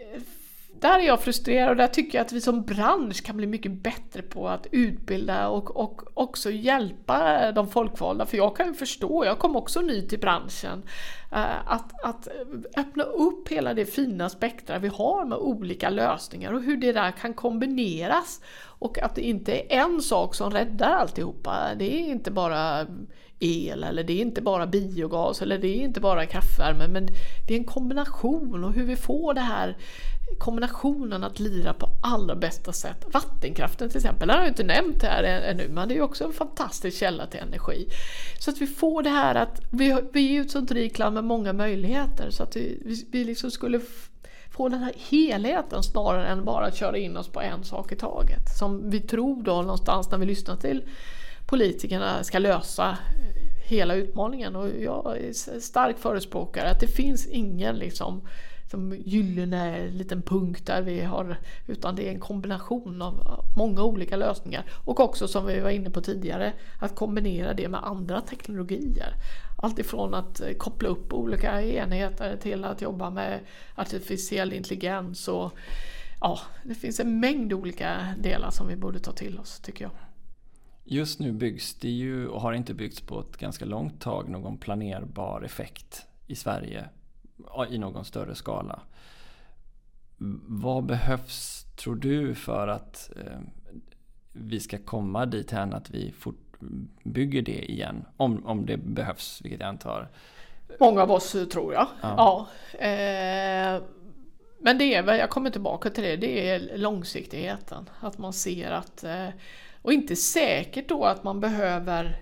Där är jag frustrerad och där tycker jag att vi som bransch kan bli mycket bättre på att utbilda och, och också hjälpa de folkvalda. För jag kan ju förstå, jag kom också ny till branschen, att, att öppna upp hela det fina spektra vi har med olika lösningar och hur det där kan kombineras. Och att det inte är en sak som räddar alltihopa. Det är inte bara el eller det är inte bara biogas eller det är inte bara kraftvärme, men det är en kombination och hur vi får det här kombinationen att lira på allra bästa sätt. Vattenkraften till exempel, den har jag inte nämnt här ännu, men det är också en fantastisk källa till energi. Så att vi får det här att vi, vi är ett sånt rikt land med många möjligheter, så att vi, vi liksom skulle f- få den här helheten snarare än bara att köra in oss på en sak i taget. Som vi tror då någonstans när vi lyssnar till politikerna ska lösa hela utmaningen, och jag är stark förespråkare att det finns ingen liksom som gyllene liten punkt där vi har, utan det är en kombination av många olika lösningar, och också som vi var inne på tidigare att kombinera det med andra teknologier. Allt ifrån att koppla upp olika enheter till att jobba med artificiell intelligens, och ja, det finns en mängd olika delar som vi borde ta till oss, tycker jag. Just nu byggs det ju, och har inte byggts på ett ganska långt tag, någon planerbar effekt i Sverige i någon större skala. Vad behövs, tror du, för att eh, vi ska komma dit här att vi fort bygger det igen? Om, om det behövs, vilket jag antar. Många av oss tror jag. Ja. Ja. Eh, Men det är väl, jag kommer tillbaka till det, det är långsiktigheten. Att man ser att, och inte säkert då att man behöver,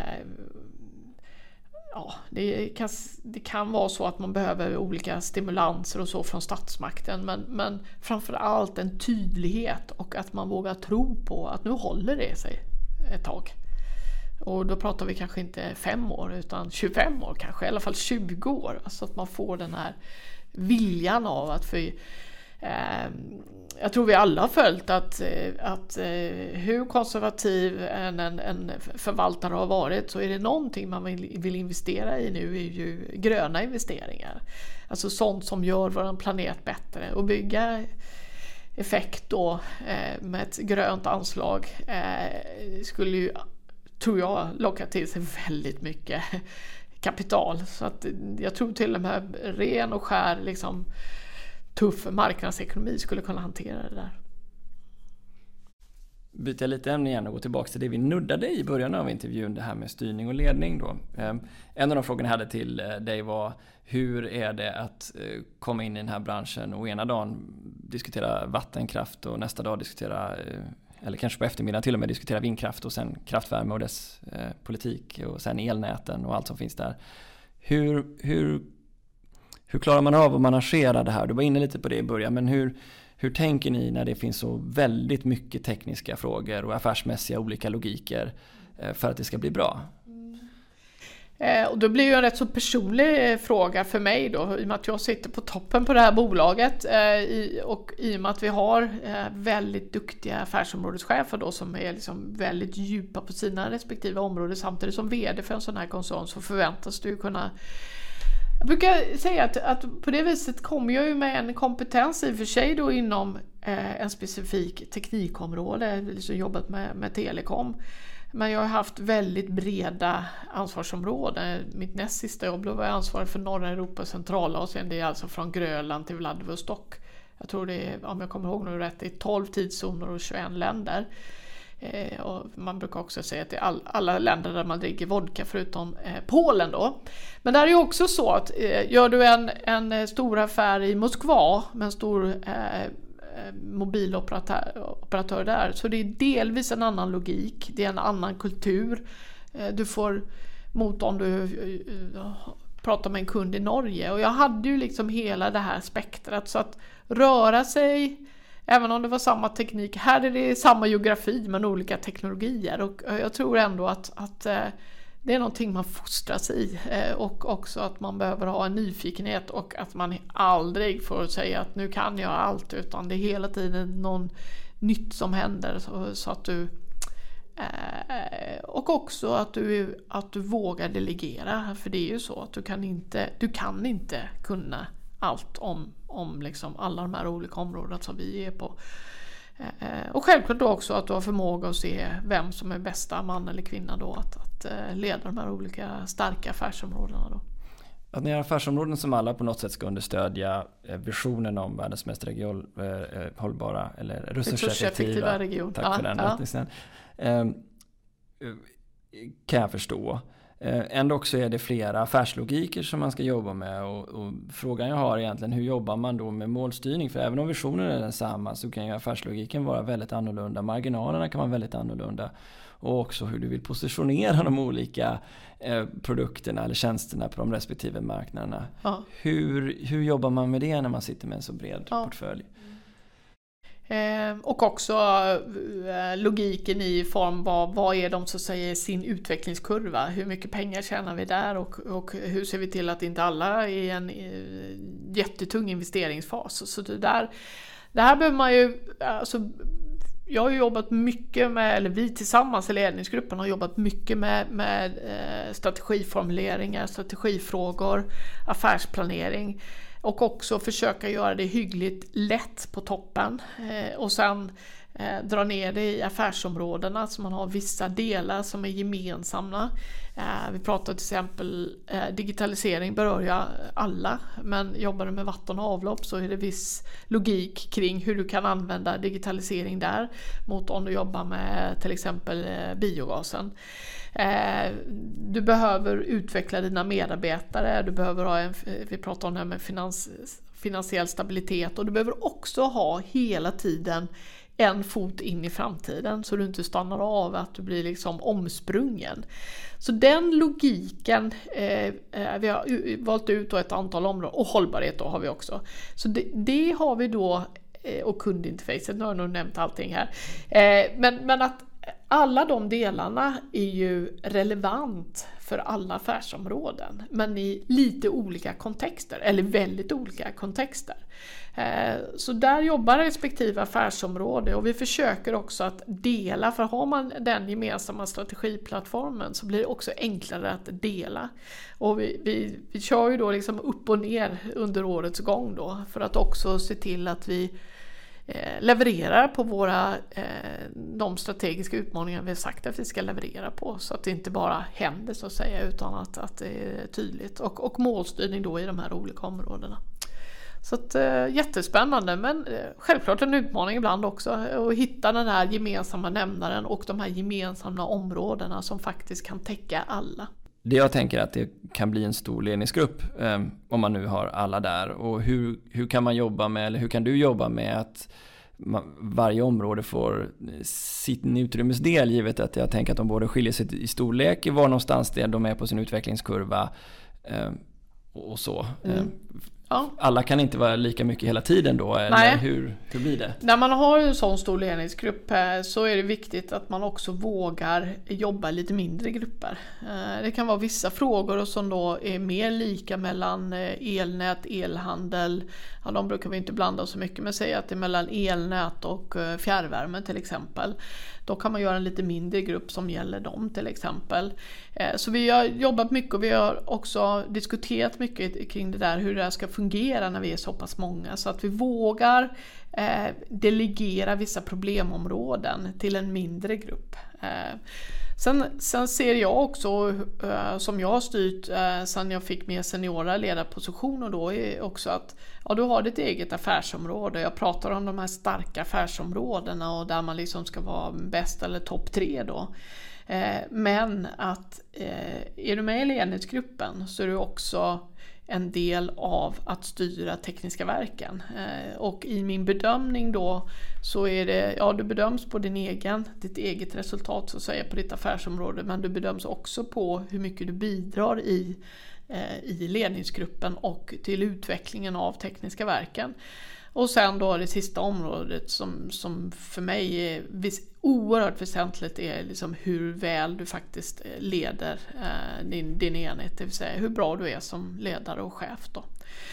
ja, det kan, det kan vara så att man behöver olika stimulanser och så från statsmakten. Men, men framförallt en tydlighet och att man vågar tro på att nu håller det sig ett tag. Och då pratar vi kanske inte fem år utan tjugofem år kanske, i alla fall tjugo år. Så att man får den här viljan av att för, eh, jag tror vi alla har följt att, att eh, hur konservativ en, en, en förvaltare har varit, så är det någonting man vill, vill investera i nu är ju gröna investeringar. Alltså sånt som gör vår planet bättre, och bygga effekt då eh, med ett grönt anslag eh, skulle ju, tror jag, locka till sig väldigt mycket kapital. Så att jag tror till och med ren och skär liksom, tuff marknadsekonomi skulle kunna hantera det där. Byter jag lite ämne igen och går tillbaka till det vi nuddade i början av intervjun, det här med styrning och ledning då. En av de frågorna jag hade till dig var, hur är det att komma in i den här branschen och ena dagen diskutera vattenkraft och nästa dag diskutera, eller kanske på eftermiddagen till och med diskutera vindkraft och sen kraftvärme och dess eh, politik och sen elnäten och allt som finns där. Hur, hur, hur klarar man av att managera det här? Du var inne lite på det i början, men hur, hur tänker ni när det finns så väldigt mycket tekniska frågor och affärsmässiga olika logiker eh, för att det ska bli bra? Eh, och då blir ju en rätt så personlig eh, fråga för mig då, i och med att jag sitter på toppen på det här bolaget eh, i, och i och med att vi har eh, väldigt duktiga affärsområdeschefer då som är liksom väldigt djupa på sina respektive områden, samtidigt som vd för en sån här koncern, så förväntas du kunna. Jag brukar säga att, att på det viset kommer jag ju med en kompetens i och för sig då inom eh, en specifik teknikområde, liksom jobbat med, med telekom. Men jag har haft väldigt breda ansvarsområden. Mitt näst sista jobb var jag ansvarig för norra Europa och Centralasien. Det är alltså från Grönland till Vladivostok. Jag tror det är, om jag kommer ihåg nu rätt, det är tolv tidszoner och tjugoett länder. Eh, och man brukar också säga att det är all, alla länder där man dricker vodka förutom eh, Polen då. Men där är ju också så att eh, gör du en, en stor affär i Moskva med en stor eh, mobiloperatör operatör där, så det är delvis en annan logik, det är en annan kultur. Du får mot om du pratar med en kund i Norge, och jag hade ju liksom hela det här spektrat, så att röra sig, även om det var samma teknik, här är det samma geografi men olika teknologier, och jag tror ändå att, att det är någonting man fostras i, och också att man behöver ha en nyfikenhet och att man aldrig får säga att nu kan jag allt, utan det är hela tiden någon nytt som händer, så, så att du och också att du, att du vågar delegera, för det är ju så att du kan inte, du kan inte kunna allt om, om liksom alla de här olika områdena som vi är på. Och självklart då också att du har förmåga att se vem som är bästa man eller kvinna då att, att leda de här olika starka affärsområdena då. Att ni har affärsområden som alla på något sätt ska understödja visionen om världens mest region, eh, hållbara eller resurseffektiva region. Tack ja, för den ja. rättningen. Eh, kan jag förstå. Eh, ändå också är det flera affärslogiker som man ska jobba med, och, och frågan jag har egentligen, hur jobbar man då med målstyrning? För även om visionen är densamma så kan ju affärslogiken vara väldigt annorlunda, marginalerna kan vara väldigt annorlunda, och också hur du vill positionera de olika eh, produkterna eller tjänsterna på de respektive marknaderna. Ja. Hur, hur jobbar man med det när man sitter med en så bred ja. portfölj? Eh, och också eh, logiken i form av vad är de så säger sin utvecklingskurva, hur mycket pengar tjänar vi där, och, och hur ser vi till att inte alla är i en eh, jättetung investeringsfas. Så det där, det här behöver man ju, alltså, jag har ju jobbat mycket med, eller vi tillsammans i ledningsgruppen har jobbat mycket med, med eh, strategiformuleringar, strategifrågor, affärsplanering. Och också försöka göra det hyggligt lätt på toppen. Eh, och sen eh, dra ner det i affärsområdena så man har vissa delar som är gemensamma. Eh, vi pratar till exempel eh, digitalisering berör ju alla, men jobbar du med vatten och avlopp så är det viss logik kring hur du kan använda digitalisering där mot om du jobbar med till exempel eh, biogasen. Eh, du behöver utveckla dina medarbetare, du behöver ha en, vi pratar om det här med finans, finansiell stabilitet, och du behöver också ha hela tiden en fot in i framtiden så du inte stannar av att du blir liksom omsprungen. Så den logiken, eh, vi har valt ut då ett antal områden, och hållbarhet då har vi också. Så det, det har vi då, och kundinterfacet, nu har jag nog nämnt allting här. Eh, men, men att alla de delarna är ju relevant för alla affärsområden, men i lite olika kontexter, eller väldigt olika kontexter. Så där jobbar respektive affärsområde, och vi försöker också att dela, för har man den gemensamma strategiplattformen så blir det också enklare att dela. Och vi, vi, vi kör ju då liksom upp och ner under årets gång då, för att också se till att vi levererar på våra, de strategiska utmaningar vi har sagt att vi ska leverera på, så att det inte bara händer så att säga, utan att, att det är tydligt, och, och målstyrning då i de här olika områdena. Så att, jättespännande, men självklart en utmaning ibland också att hitta den här gemensamma nämnaren och de här gemensamma områdena som faktiskt kan täcka alla. Det jag tänker att det kan bli en stor ledningsgrupp eh, om man nu har alla där. Och hur, hur kan man jobba med, eller hur kan du jobba med att man, varje område får sin utrymmesdel, givet att jag tänker att de både skiljer sig i storlek i var någonstans där de är på sin utvecklingskurva eh, och så. Mm. Eh, Ja. Alla kan inte vara lika mycket hela tiden då, eller hur, hur blir det? När man har en sån stor ledningsgrupp så är det viktigt att man också vågar jobba lite mindre grupper. Det kan vara vissa frågor som då är mer lika mellan elnät, elhandel, ja, de brukar vi inte blanda så mycket, men säga att det är mellan elnät och fjärrvärme till exempel. Då kan man göra en lite mindre grupp som gäller dem till exempel. Så vi har jobbat mycket, och vi har också diskuterat mycket kring det där, hur det här ska fungera när vi är så pass många, så att vi vågar eh, delegera vissa problemområden till en mindre grupp. Eh, sen, sen ser jag också, eh, som jag har styrt eh, sen jag fick mer seniora ledarpositioner då, är också att ja, du har ditt eget affärsområde. Jag pratar om de här starka affärsområdena och där man liksom ska vara bäst eller topp tre då. Eh, men att eh, är du med i ledningsgruppen så är du också en del av att styra tekniska verken. Eh, och i min bedömning då så är det, ja, du bedöms på din egen, ditt eget resultat så att säga på ditt affärsområde, men du bedöms också på hur mycket du bidrar i, eh, i ledningsgruppen och till utvecklingen av tekniska verken. Och sen då det sista området som, som för mig är vis- oerhört väsentligt är liksom hur väl du faktiskt leder eh, din, din enhet, det vill säga hur bra du är som ledare och chef då.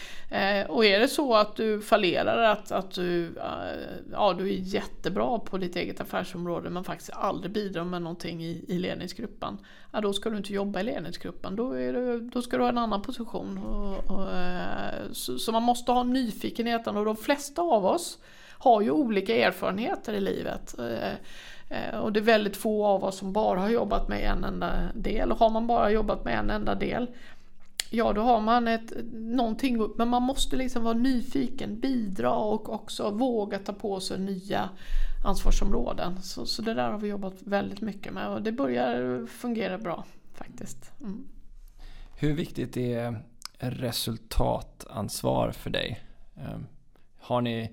Eh, och är det så att du fallerar, att, att du, eh, ja, du är jättebra på ditt eget affärsområde men faktiskt aldrig bidrar med någonting i, i ledningsgruppen, ja, då ska du inte jobba i ledningsgruppen, då, är det, då ska du ha en annan position. Och, och, eh, så, så man måste ha nyfikenheten, och de flesta av oss har ju olika erfarenheter i livet. Eh, och det är väldigt få av oss som bara har jobbat med en enda del. Och har man bara jobbat med en enda del, ja, då har man ett, någonting, men man måste liksom vara nyfiken, bidra och också våga ta på sig nya ansvarsområden. Så, så det där har vi jobbat väldigt mycket med, och det börjar fungera bra faktiskt. Mm. Hur viktigt är resultatansvar för dig? Har ni...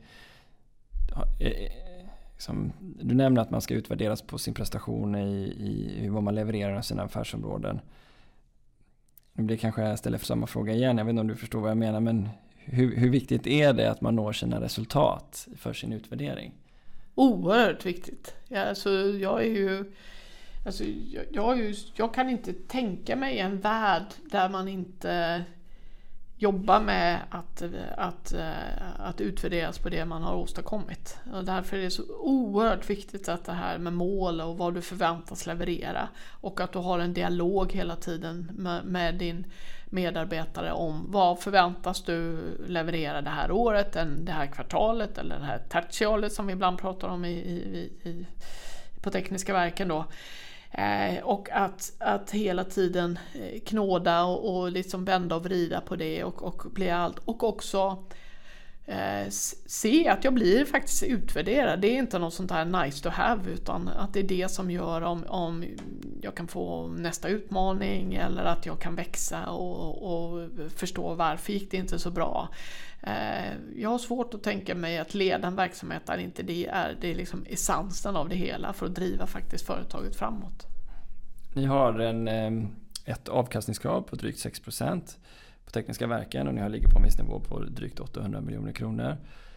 Som, du nämner att man ska utvärderas på sin prestation i, i vad man levererar i sina affärsområden. Nu blir kanske jag ställer för samma fråga igen. Jag vet inte om du förstår vad jag menar, men hur, hur viktigt är det att man når sina resultat för sin utvärdering? Oerhört viktigt. Ja, alltså, jag är ju, alltså, jag, jag, är ju, jag kan inte tänka mig en värld där man inte jobba med att, att, att utvärderas på det man har åstadkommit. Och därför är det så oerhört viktigt att det här med mål och vad du förväntas leverera, och att du har en dialog hela tiden med, med din medarbetare om vad förväntas du leverera det här året, det här kvartalet eller det här tertialet som vi ibland pratar om i, i, i, på Tekniska Verken då. Eh, och att, att hela tiden knåda och, och liksom vända och vrida på det och, och bli allt. Och också eh, se att jag blir faktiskt utvärderad. Det är inte något sånt här nice to have, utan att det är det som gör om, om jag kan få nästa utmaning eller att jag kan växa och, och förstå varför gick det inte så bra. Eh, jag har svårt att tänka mig att leda en verksamhet där inte det är, det är liksom essensen av det hela för att driva faktiskt företaget framåt. Ni har en, ett avkastningskrav på drygt sex procent på Tekniska Verken och ni har ligger på en viss nivå på drygt åttahundra miljoner kronor.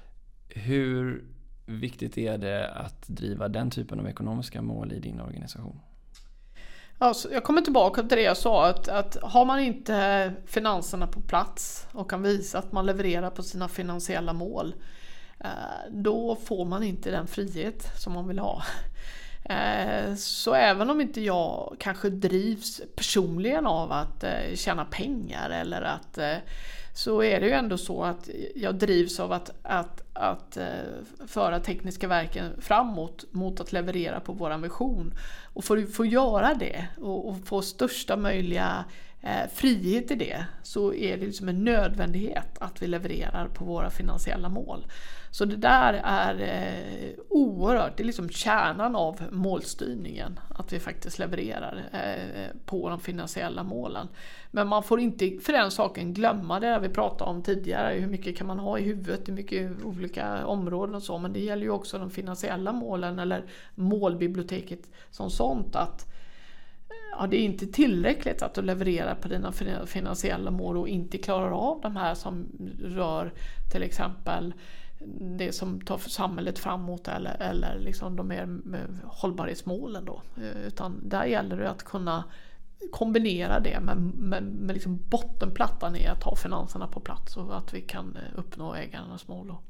Hur viktigt är det att driva den typen av ekonomiska mål i din organisation? Alltså, jag kommer tillbaka till det jag sa, att, att har man inte finanserna på plats och kan visa att man levererar på sina finansiella mål, eh, då får man inte den frihet som man vill ha. Eh, så även om inte jag kanske drivs personligen av att eh, tjäna pengar eller att eh, så är det ju ändå så att jag drivs av att, att, att föra Tekniska Verken framåt mot att leverera på vår vision. Och för att få göra det och, och få största möjliga eh, frihet i det, så är det liksom en nödvändighet att vi levererar på våra finansiella mål. Så det där är eh, oerhört, det är liksom kärnan av målstyrningen, att vi faktiskt levererar eh, på de finansiella målen. Men man får inte för den saken glömma det vi pratade om tidigare, hur mycket kan man ha i huvudet, hur mycket olika områden och så, men det gäller ju också de finansiella målen eller målbiblioteket som sånt, att ja, det är inte tillräckligt att du levererar på dina finansiella mål och inte klarar av de här som rör till exempel det som tar för samhället framåt eller, eller liksom de mer hållbarhetsmålen då. Utan där gäller det att kunna kombinera det med, med, med liksom bottenplattan i att ha finanserna på plats och att vi kan uppnå ägarnas mål då.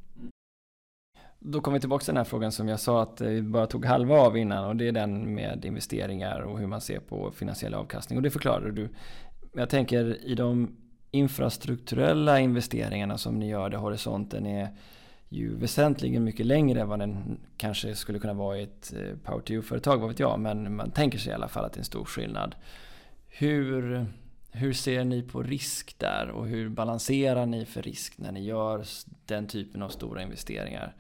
Då kommer vi tillbaka till den här frågan som jag sa att vi bara tog halva av innan, och det är den med investeringar och hur man ser på finansiell avkastning, och det förklarar du. Jag tänker i de infrastrukturella investeringarna som ni gör, där horisonten är ju väsentligen mycket längre än vad den kanske skulle kunna vara i ett Power to You-företag, vad vet jag, men man tänker sig i alla fall att det är en stor skillnad. Hur, hur ser ni på risk där och hur balanserar ni för risk när ni gör den typen av stora investeringar?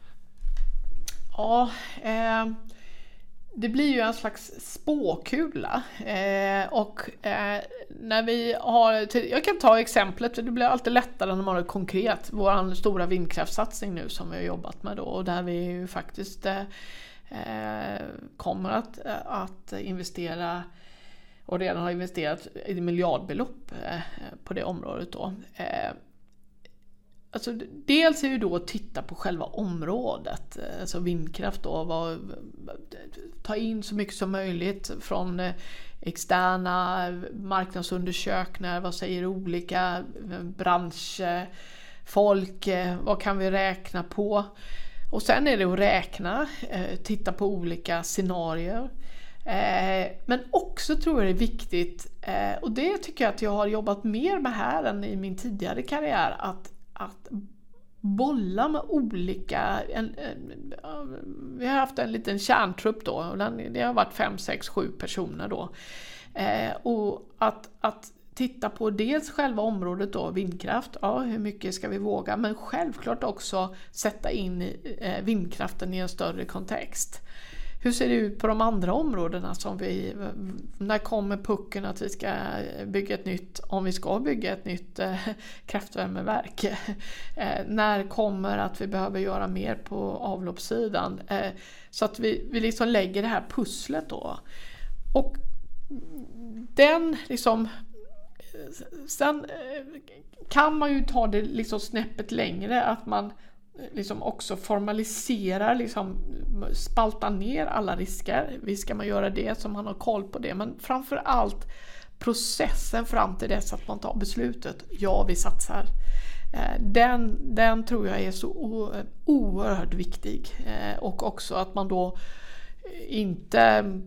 Ja, eh, det blir ju en slags spåkula eh, och eh, när vi har, jag kan ta exemplet, det blir alltid lättare när man har konkret, vår stora vindkraftsatsning nu som vi har jobbat med då, och där vi ju faktiskt eh, kommer att, att investera och redan har investerat i miljardbelopp eh, på det området då. Eh, Alltså, dels är ju då att titta på själva området, alltså vindkraft då, vad, ta in så mycket som möjligt från externa marknadsundersökningar, vad säger olika branschfolk, vad kan vi räkna på, och sen är det att räkna, titta på olika scenarier. Men också tror jag det är viktigt, och det tycker jag att jag har jobbat mer med här än i min tidigare karriär, att att bolla med olika, en, en, vi har haft en liten kärntrupp då, och den, det har varit fem, sex, sju personer då, eh, och att, att titta på dels själva området då, vindkraft, ja hur mycket ska vi våga, men självklart också sätta in eh, vindkraften i en större kontext. Hur ser det ut på de andra områdena som vi, när kommer pucken att vi ska bygga ett nytt, om vi ska bygga ett nytt eh, kraftvärmeverk? Eh, när kommer att vi behöver göra mer på avloppssidan? Eh, så att vi, vi liksom lägger det här pusslet då. Och den liksom, sen kan man ju ta det liksom snäppet längre, att man liksom också formaliserar, liksom spaltar ner alla risker. Visst ska man göra det som man har koll på det, men framför allt processen fram till dess att man tar beslutet, ja vi satsar. Den, den tror jag är så o, oerhört viktig. Och också att man då inte,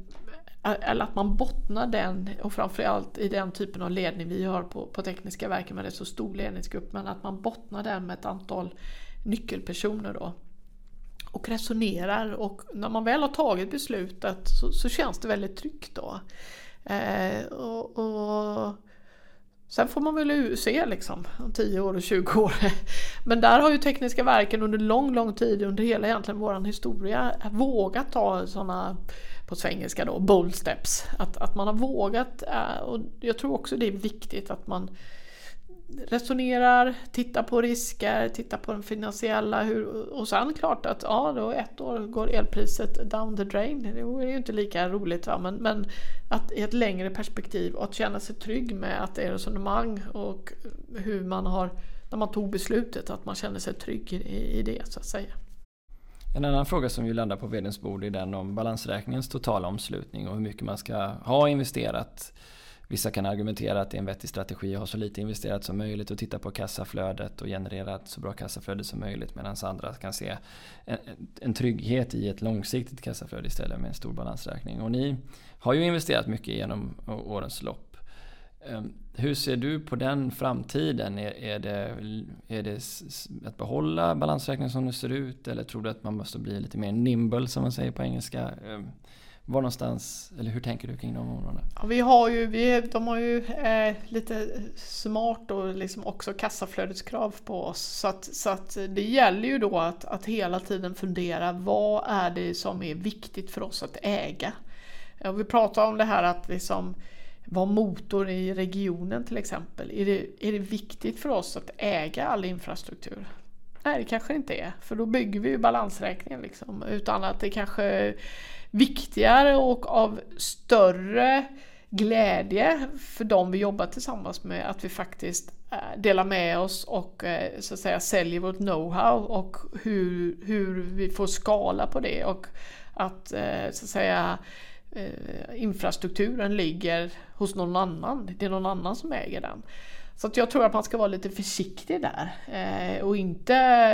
eller att man bottnar den, och framförallt i den typen av ledning vi har på, på Tekniska Verken med det så stor ledningsgrupp, men att man bottnar den med ett antal nyckelpersoner då. Och resonerar, och när man väl har tagit beslutet så, så känns det väldigt tryggt då. Eh, och, och sen får man väl se liksom om tio år och tjugo år. Men där har ju Tekniska Verken under lång, lång tid, under hela egentligen våran historia, vågat ta sådana, på svengelska då, bold steps. Att, att man har vågat, och jag tror också det är viktigt att man resonerar, tittar på risker, tittar på den finansiella, hur, och sen klart att ja, då ett år går elpriset down the drain, det är ju inte lika roligt va? Men, men att i ett längre perspektiv, och att känna sig trygg med att det är resonemang och hur man har, när man tog beslutet, att man känner sig trygg i, i det så att säga. En annan fråga som ju landar på vd:ns bord är den om balansräkningens totala omslutning och hur mycket man ska ha investerat. Vissa kan argumentera att det är en vettig strategi att ha så lite investerat som möjligt och titta på kassaflödet och generera ett så bra kassaflöde som möjligt, medan andra kan se en, en trygghet i ett långsiktigt kassaflöde istället med en stor balansräkning. Och ni har ju investerat mycket genom årens lopp. Hur ser du på den framtiden? Är, är, det, är det att behålla balansräkningen som det ser ut, eller tror du att man måste bli lite mer nimble som man säger på engelska? Var någonstans, eller hur tänker du kring de områdena? Ja, vi har ju, vi, de har ju eh, lite smart och liksom också kassaflödeskrav på oss. Så att, så att det gäller ju då att, att hela tiden fundera, vad är det som är viktigt för oss att äga? Ja, vi pratar om det här att liksom vara motor i regionen till exempel. Är det, är det viktigt för oss att äga all infrastruktur? Nej, det kanske inte är. För då bygger vi ju balansräkningen liksom. Utan att det kanske viktigare och av större glädje för dem vi jobbar tillsammans med, att vi faktiskt delar med oss och så att säga säljer vårt know-how och hur, hur vi får skala på det, och att så att säga infrastrukturen ligger hos någon annan. Det är någon annan som äger den. Så att jag tror att man ska vara lite försiktig där eh, och inte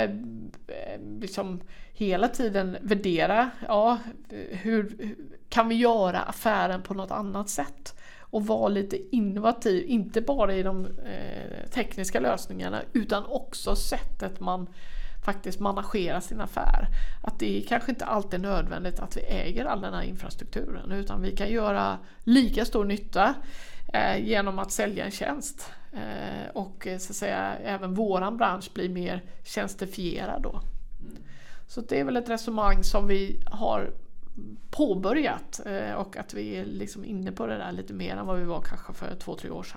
eh, liksom hela tiden värdera, ja, hur kan vi göra affären på något annat sätt, och vara lite innovativ, inte bara i de eh, tekniska lösningarna utan också sättet man faktiskt managerar sin affär. Att det kanske inte alltid är nödvändigt att vi äger all den här infrastrukturen, utan vi kan göra lika stor nytta eh, genom att sälja en tjänst. Eh, och så att säga även våran bransch blir mer tjänstifierad då. Mm. Så det är väl ett resonemang som vi har påbörjat, eh, och att vi är liksom inne på det där lite mer än vad vi var kanske för två, tre år sedan.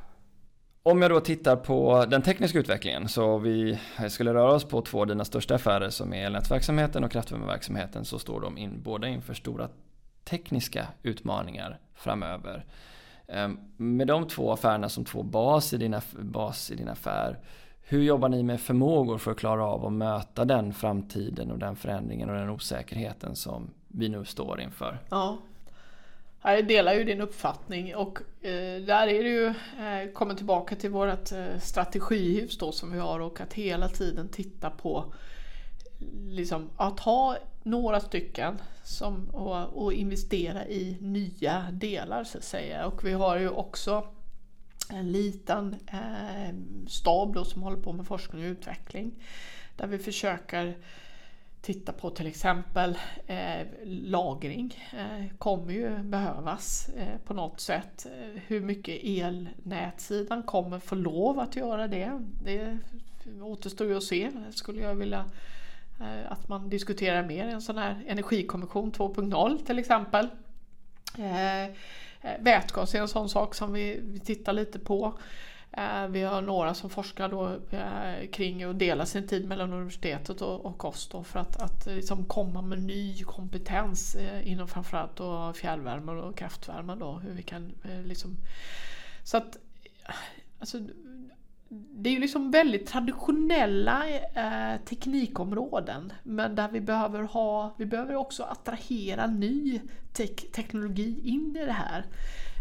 Om jag då tittar på den tekniska utvecklingen, så vi skulle röra oss på två av dina största affärer som är elnätsverksamheten och kraftvärmeverksamheten, så står de in, båda inför stora tekniska utmaningar framöver. Med de två affärerna som två bas i din, bas i din affär, hur jobbar ni med förmågor för att klara av att möta den framtiden och den förändringen och den osäkerheten som vi nu står inför? Ja, jag delar ju din uppfattning, och eh, där är det ju, eh, kommer tillbaka till vårt eh, strategihus då som vi har, och att hela tiden titta på liksom, att ha några stycken som, och, och investera i nya delar så att säga. Och vi har ju också en liten eh, stab då som håller på med forskning och utveckling, där vi försöker titta på till exempel eh, lagring eh, kommer ju behövas eh, på något sätt. Eh, hur mycket elnätsidan kommer få lov att göra det? Det återstår ju att se. Skulle jag vilja eh, att man diskuterar mer i en sån här energikommission två punkt noll till exempel. Eh, vätgas är en sån sak som vi, vi tittar lite på. Vi har några som forskar då kring att dela sin tid mellan universitetet och, och oss då, för att, att liksom komma med ny kompetens inom framförallt då fjärrvärme och kraftvärme då, hur vi kan liksom, så att alltså, det är ju liksom väldigt traditionella eh, teknikområden, men där vi behöver ha, vi behöver också attrahera ny te- teknologi in i det här.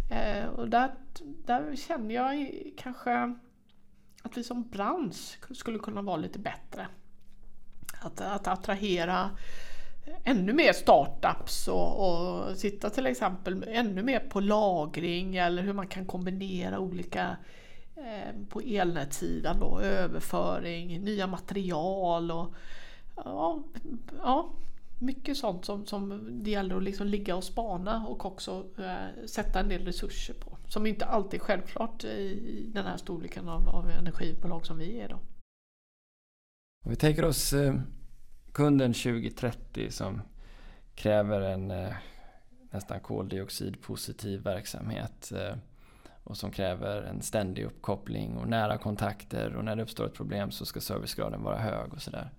Eh, och där, där känner jag kanske att vi som bransch skulle kunna vara lite bättre. Att, att attrahera ännu mer startups och, och sitta till exempel ännu mer på lagring eller hur man kan kombinera olika eh, på elnätssidan då, överföring, nya material och ja, ja mycket sånt som, som det gäller att liksom ligga och spana och också eh, sätta en del resurser på. Som inte alltid är självklart i den här storleken av, av energibolag som vi är då. Om vi tänker oss eh, kunden tjugo trettio som kräver en eh, nästan koldioxidpositiv verksamhet eh, och som kräver en ständig uppkoppling och nära kontakter, och när det uppstår ett problem så ska servicegraden vara hög och sådär.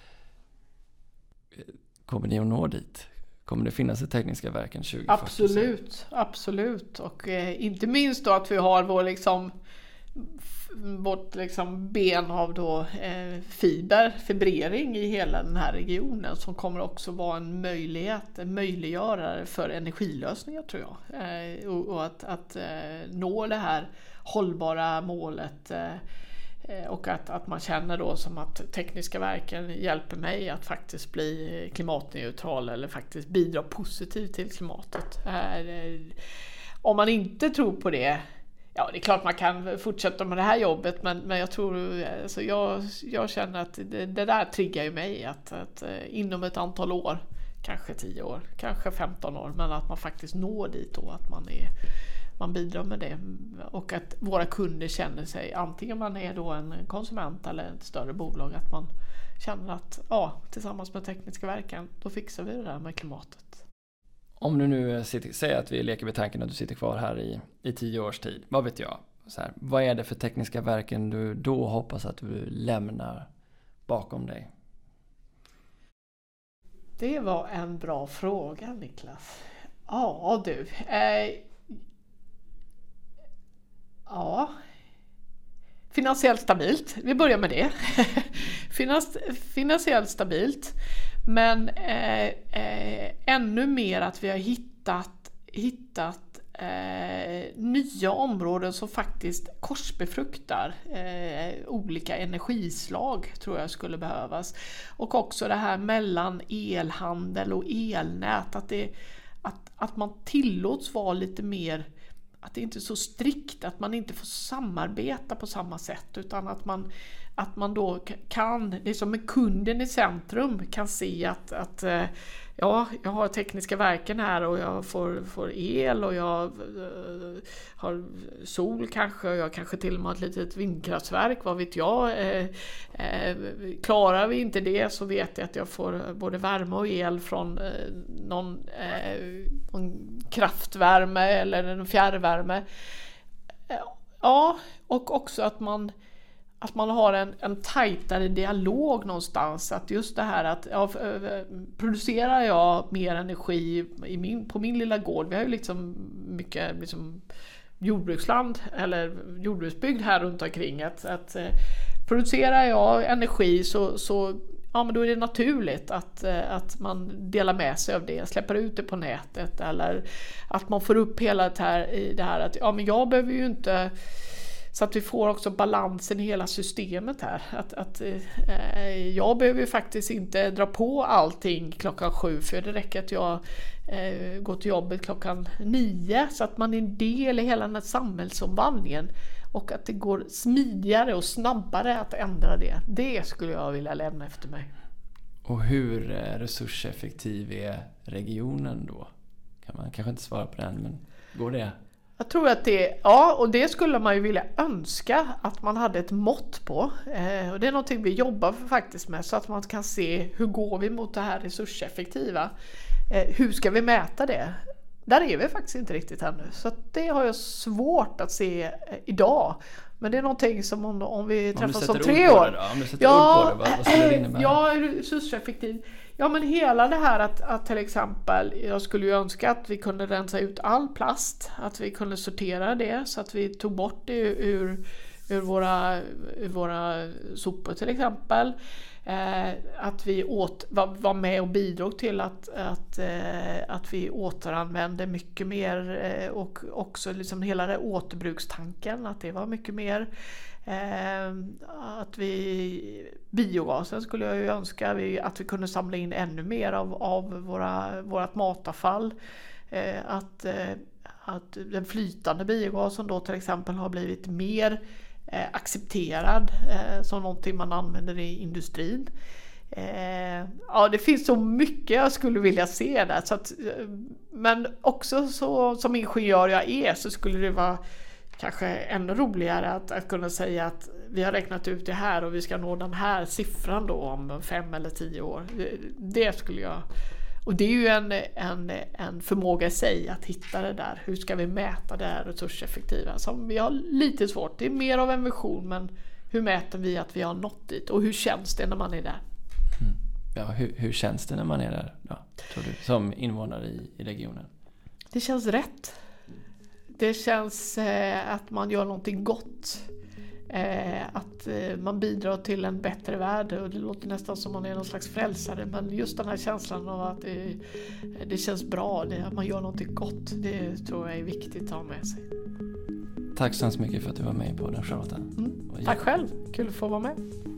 Kommer ni att nå dit? Kommer det finnas i Tekniska Verken tjugo fyrtio? Absolut, absolut. Och eh, inte minst då att vi har vår liksom vårt liksom ben av då eh, fiber, fibrering i hela den här regionen som kommer också vara en möjlighet, en möjliggörare för energilösningar tror jag. Eh, och, och att, att eh, nå det här hållbara målet eh, och att, att man känner då som att Tekniska Verken hjälper mig att faktiskt bli klimatneutral eller faktiskt bidra positivt till klimatet. Eh, om man inte tror på det, ja, det är klart man kan fortsätta med det här jobbet, men, men jag tror, alltså jag, jag känner att det, det där triggar ju mig att, att inom ett antal år, kanske tio år, kanske femton år, men att man faktiskt når dit och att man, är, man bidrar med det och att våra kunder känner sig, antingen man är då en konsument eller ett större bolag, att man känner att ja, tillsammans med Tekniska Verken, då fixar vi det där med klimatet. Om du nu sitter, säger att vi leker med tanken att du sitter kvar här i, i tio års tid. Vad vet jag? Så här, vad är det för Tekniska Verken du då hoppas att du lämnar bakom dig? Det var en bra fråga, Niklas. Ja du. Eh, ja. Finansiellt stabilt. Vi börjar med det. Finans, finansiellt stabilt. Men eh, eh, ännu mer att vi har hittat, hittat eh, nya områden som faktiskt korsbefruktar eh, olika energislag tror jag skulle behövas. Och också det här mellan elhandel och elnät. Att, det, att, att man tillåts vara lite mer, att det inte är så strikt, att man inte får samarbeta på samma sätt, utan att man, att man då kan, liksom med kunden i centrum, kan se att, att ja, jag har Tekniska Verken här och jag får, får el och jag uh, har sol kanske, och jag kanske till och med har ett litet vindkraftverk, vad vet jag. Eh, eh, klarar vi inte det så vet jag att jag får både värme och el från eh, någon, eh, någon kraftvärme eller en fjärrvärme. Eh, ja, och också att man Att man har en, en tajtare dialog någonstans. Att just det här att ja, producerar jag mer energi i min, på min lilla gård. Vi har ju liksom mycket liksom, jordbruksland eller jordbruksbygd här runt omkring. Att, att producerar jag energi så, så ja, men då är det naturligt att, att man delar med sig av det. Släpper ut det på nätet. Eller att man får upp hela det här, i det här att ja, men jag behöver ju inte... Så att vi får också balansen i hela systemet här. Att, att, eh, jag behöver ju faktiskt inte dra på allting klockan sju. För det räcker att jag eh, går till jobbet klockan nio. Så att man är en del i hela den här samhällsomvandlingen. Och att det går smidigare och snabbare att ändra det. Det skulle jag vilja lämna efter mig. Och hur resurseffektiv är regionen då? Kan man kanske inte svara på den, men går det? Jag tror att det, ja, och det skulle man ju vilja önska att man hade ett mått på. Eh, och det är någonting vi jobbar för faktiskt med, så att man kan se hur går vi mot det här resurseffektiva. Eh, hur ska vi mäta det? Där är vi faktiskt inte riktigt ännu. Så att det har jag svårt att se eh, idag. Men det är någonting som om, om vi träffas om tre år. Det, om du sätter ja, ord på det, vad, vad skulle det innebära? Ja, resurseffektiv. Ja, men hela det här att, att till exempel, jag skulle ju önska att vi kunde rensa ut all plast, att vi kunde sortera det så att vi tog bort det ur, ur våra, ur våra sopor till exempel. Eh, att vi åt, var, var med och bidrog till att, att, eh, att vi återanvände mycket mer eh, och också liksom hela det återbrukstanken, att det var mycket mer. Eh, att vi, biogasen skulle jag ju önska vi, att vi kunde samla in ännu mer av, av våra, vårt matavfall. Eh, att, eh, att den flytande biogasen då till exempel har blivit mer eh, accepterad eh, som någonting man använder i industrin. Eh, ja, det finns så mycket jag skulle vilja se där. Så att, men också så, som ingenjör jag är, så skulle det vara kanske ännu roligare att, att kunna säga att vi har räknat ut det här och vi ska nå den här siffran då om fem eller tio år. Det, det skulle jag... Och det är ju en, en, en förmåga i sig att hitta det där. Hur ska vi mäta det här resurseffektiva? Som vi har lite svårt. Det är mer av en vision, men hur mäter vi att vi har nått dit? Och hur känns det när man är där? Mm. Ja, hur, hur känns det när man är där, ja, tror du, som invånare i, i regionen? Det känns rätt. Det känns eh, att man gör någonting gott. Eh, att eh, man bidrar till en bättre värld, och det låter nästan som man är någon slags frälsare, men just den här känslan av att det, det känns bra, det, att man gör någonting gott, det tror jag är viktigt att ha med sig. Tack så mycket för att du var med på den, Charlotta. Mm. Tack själv, kul att få vara med.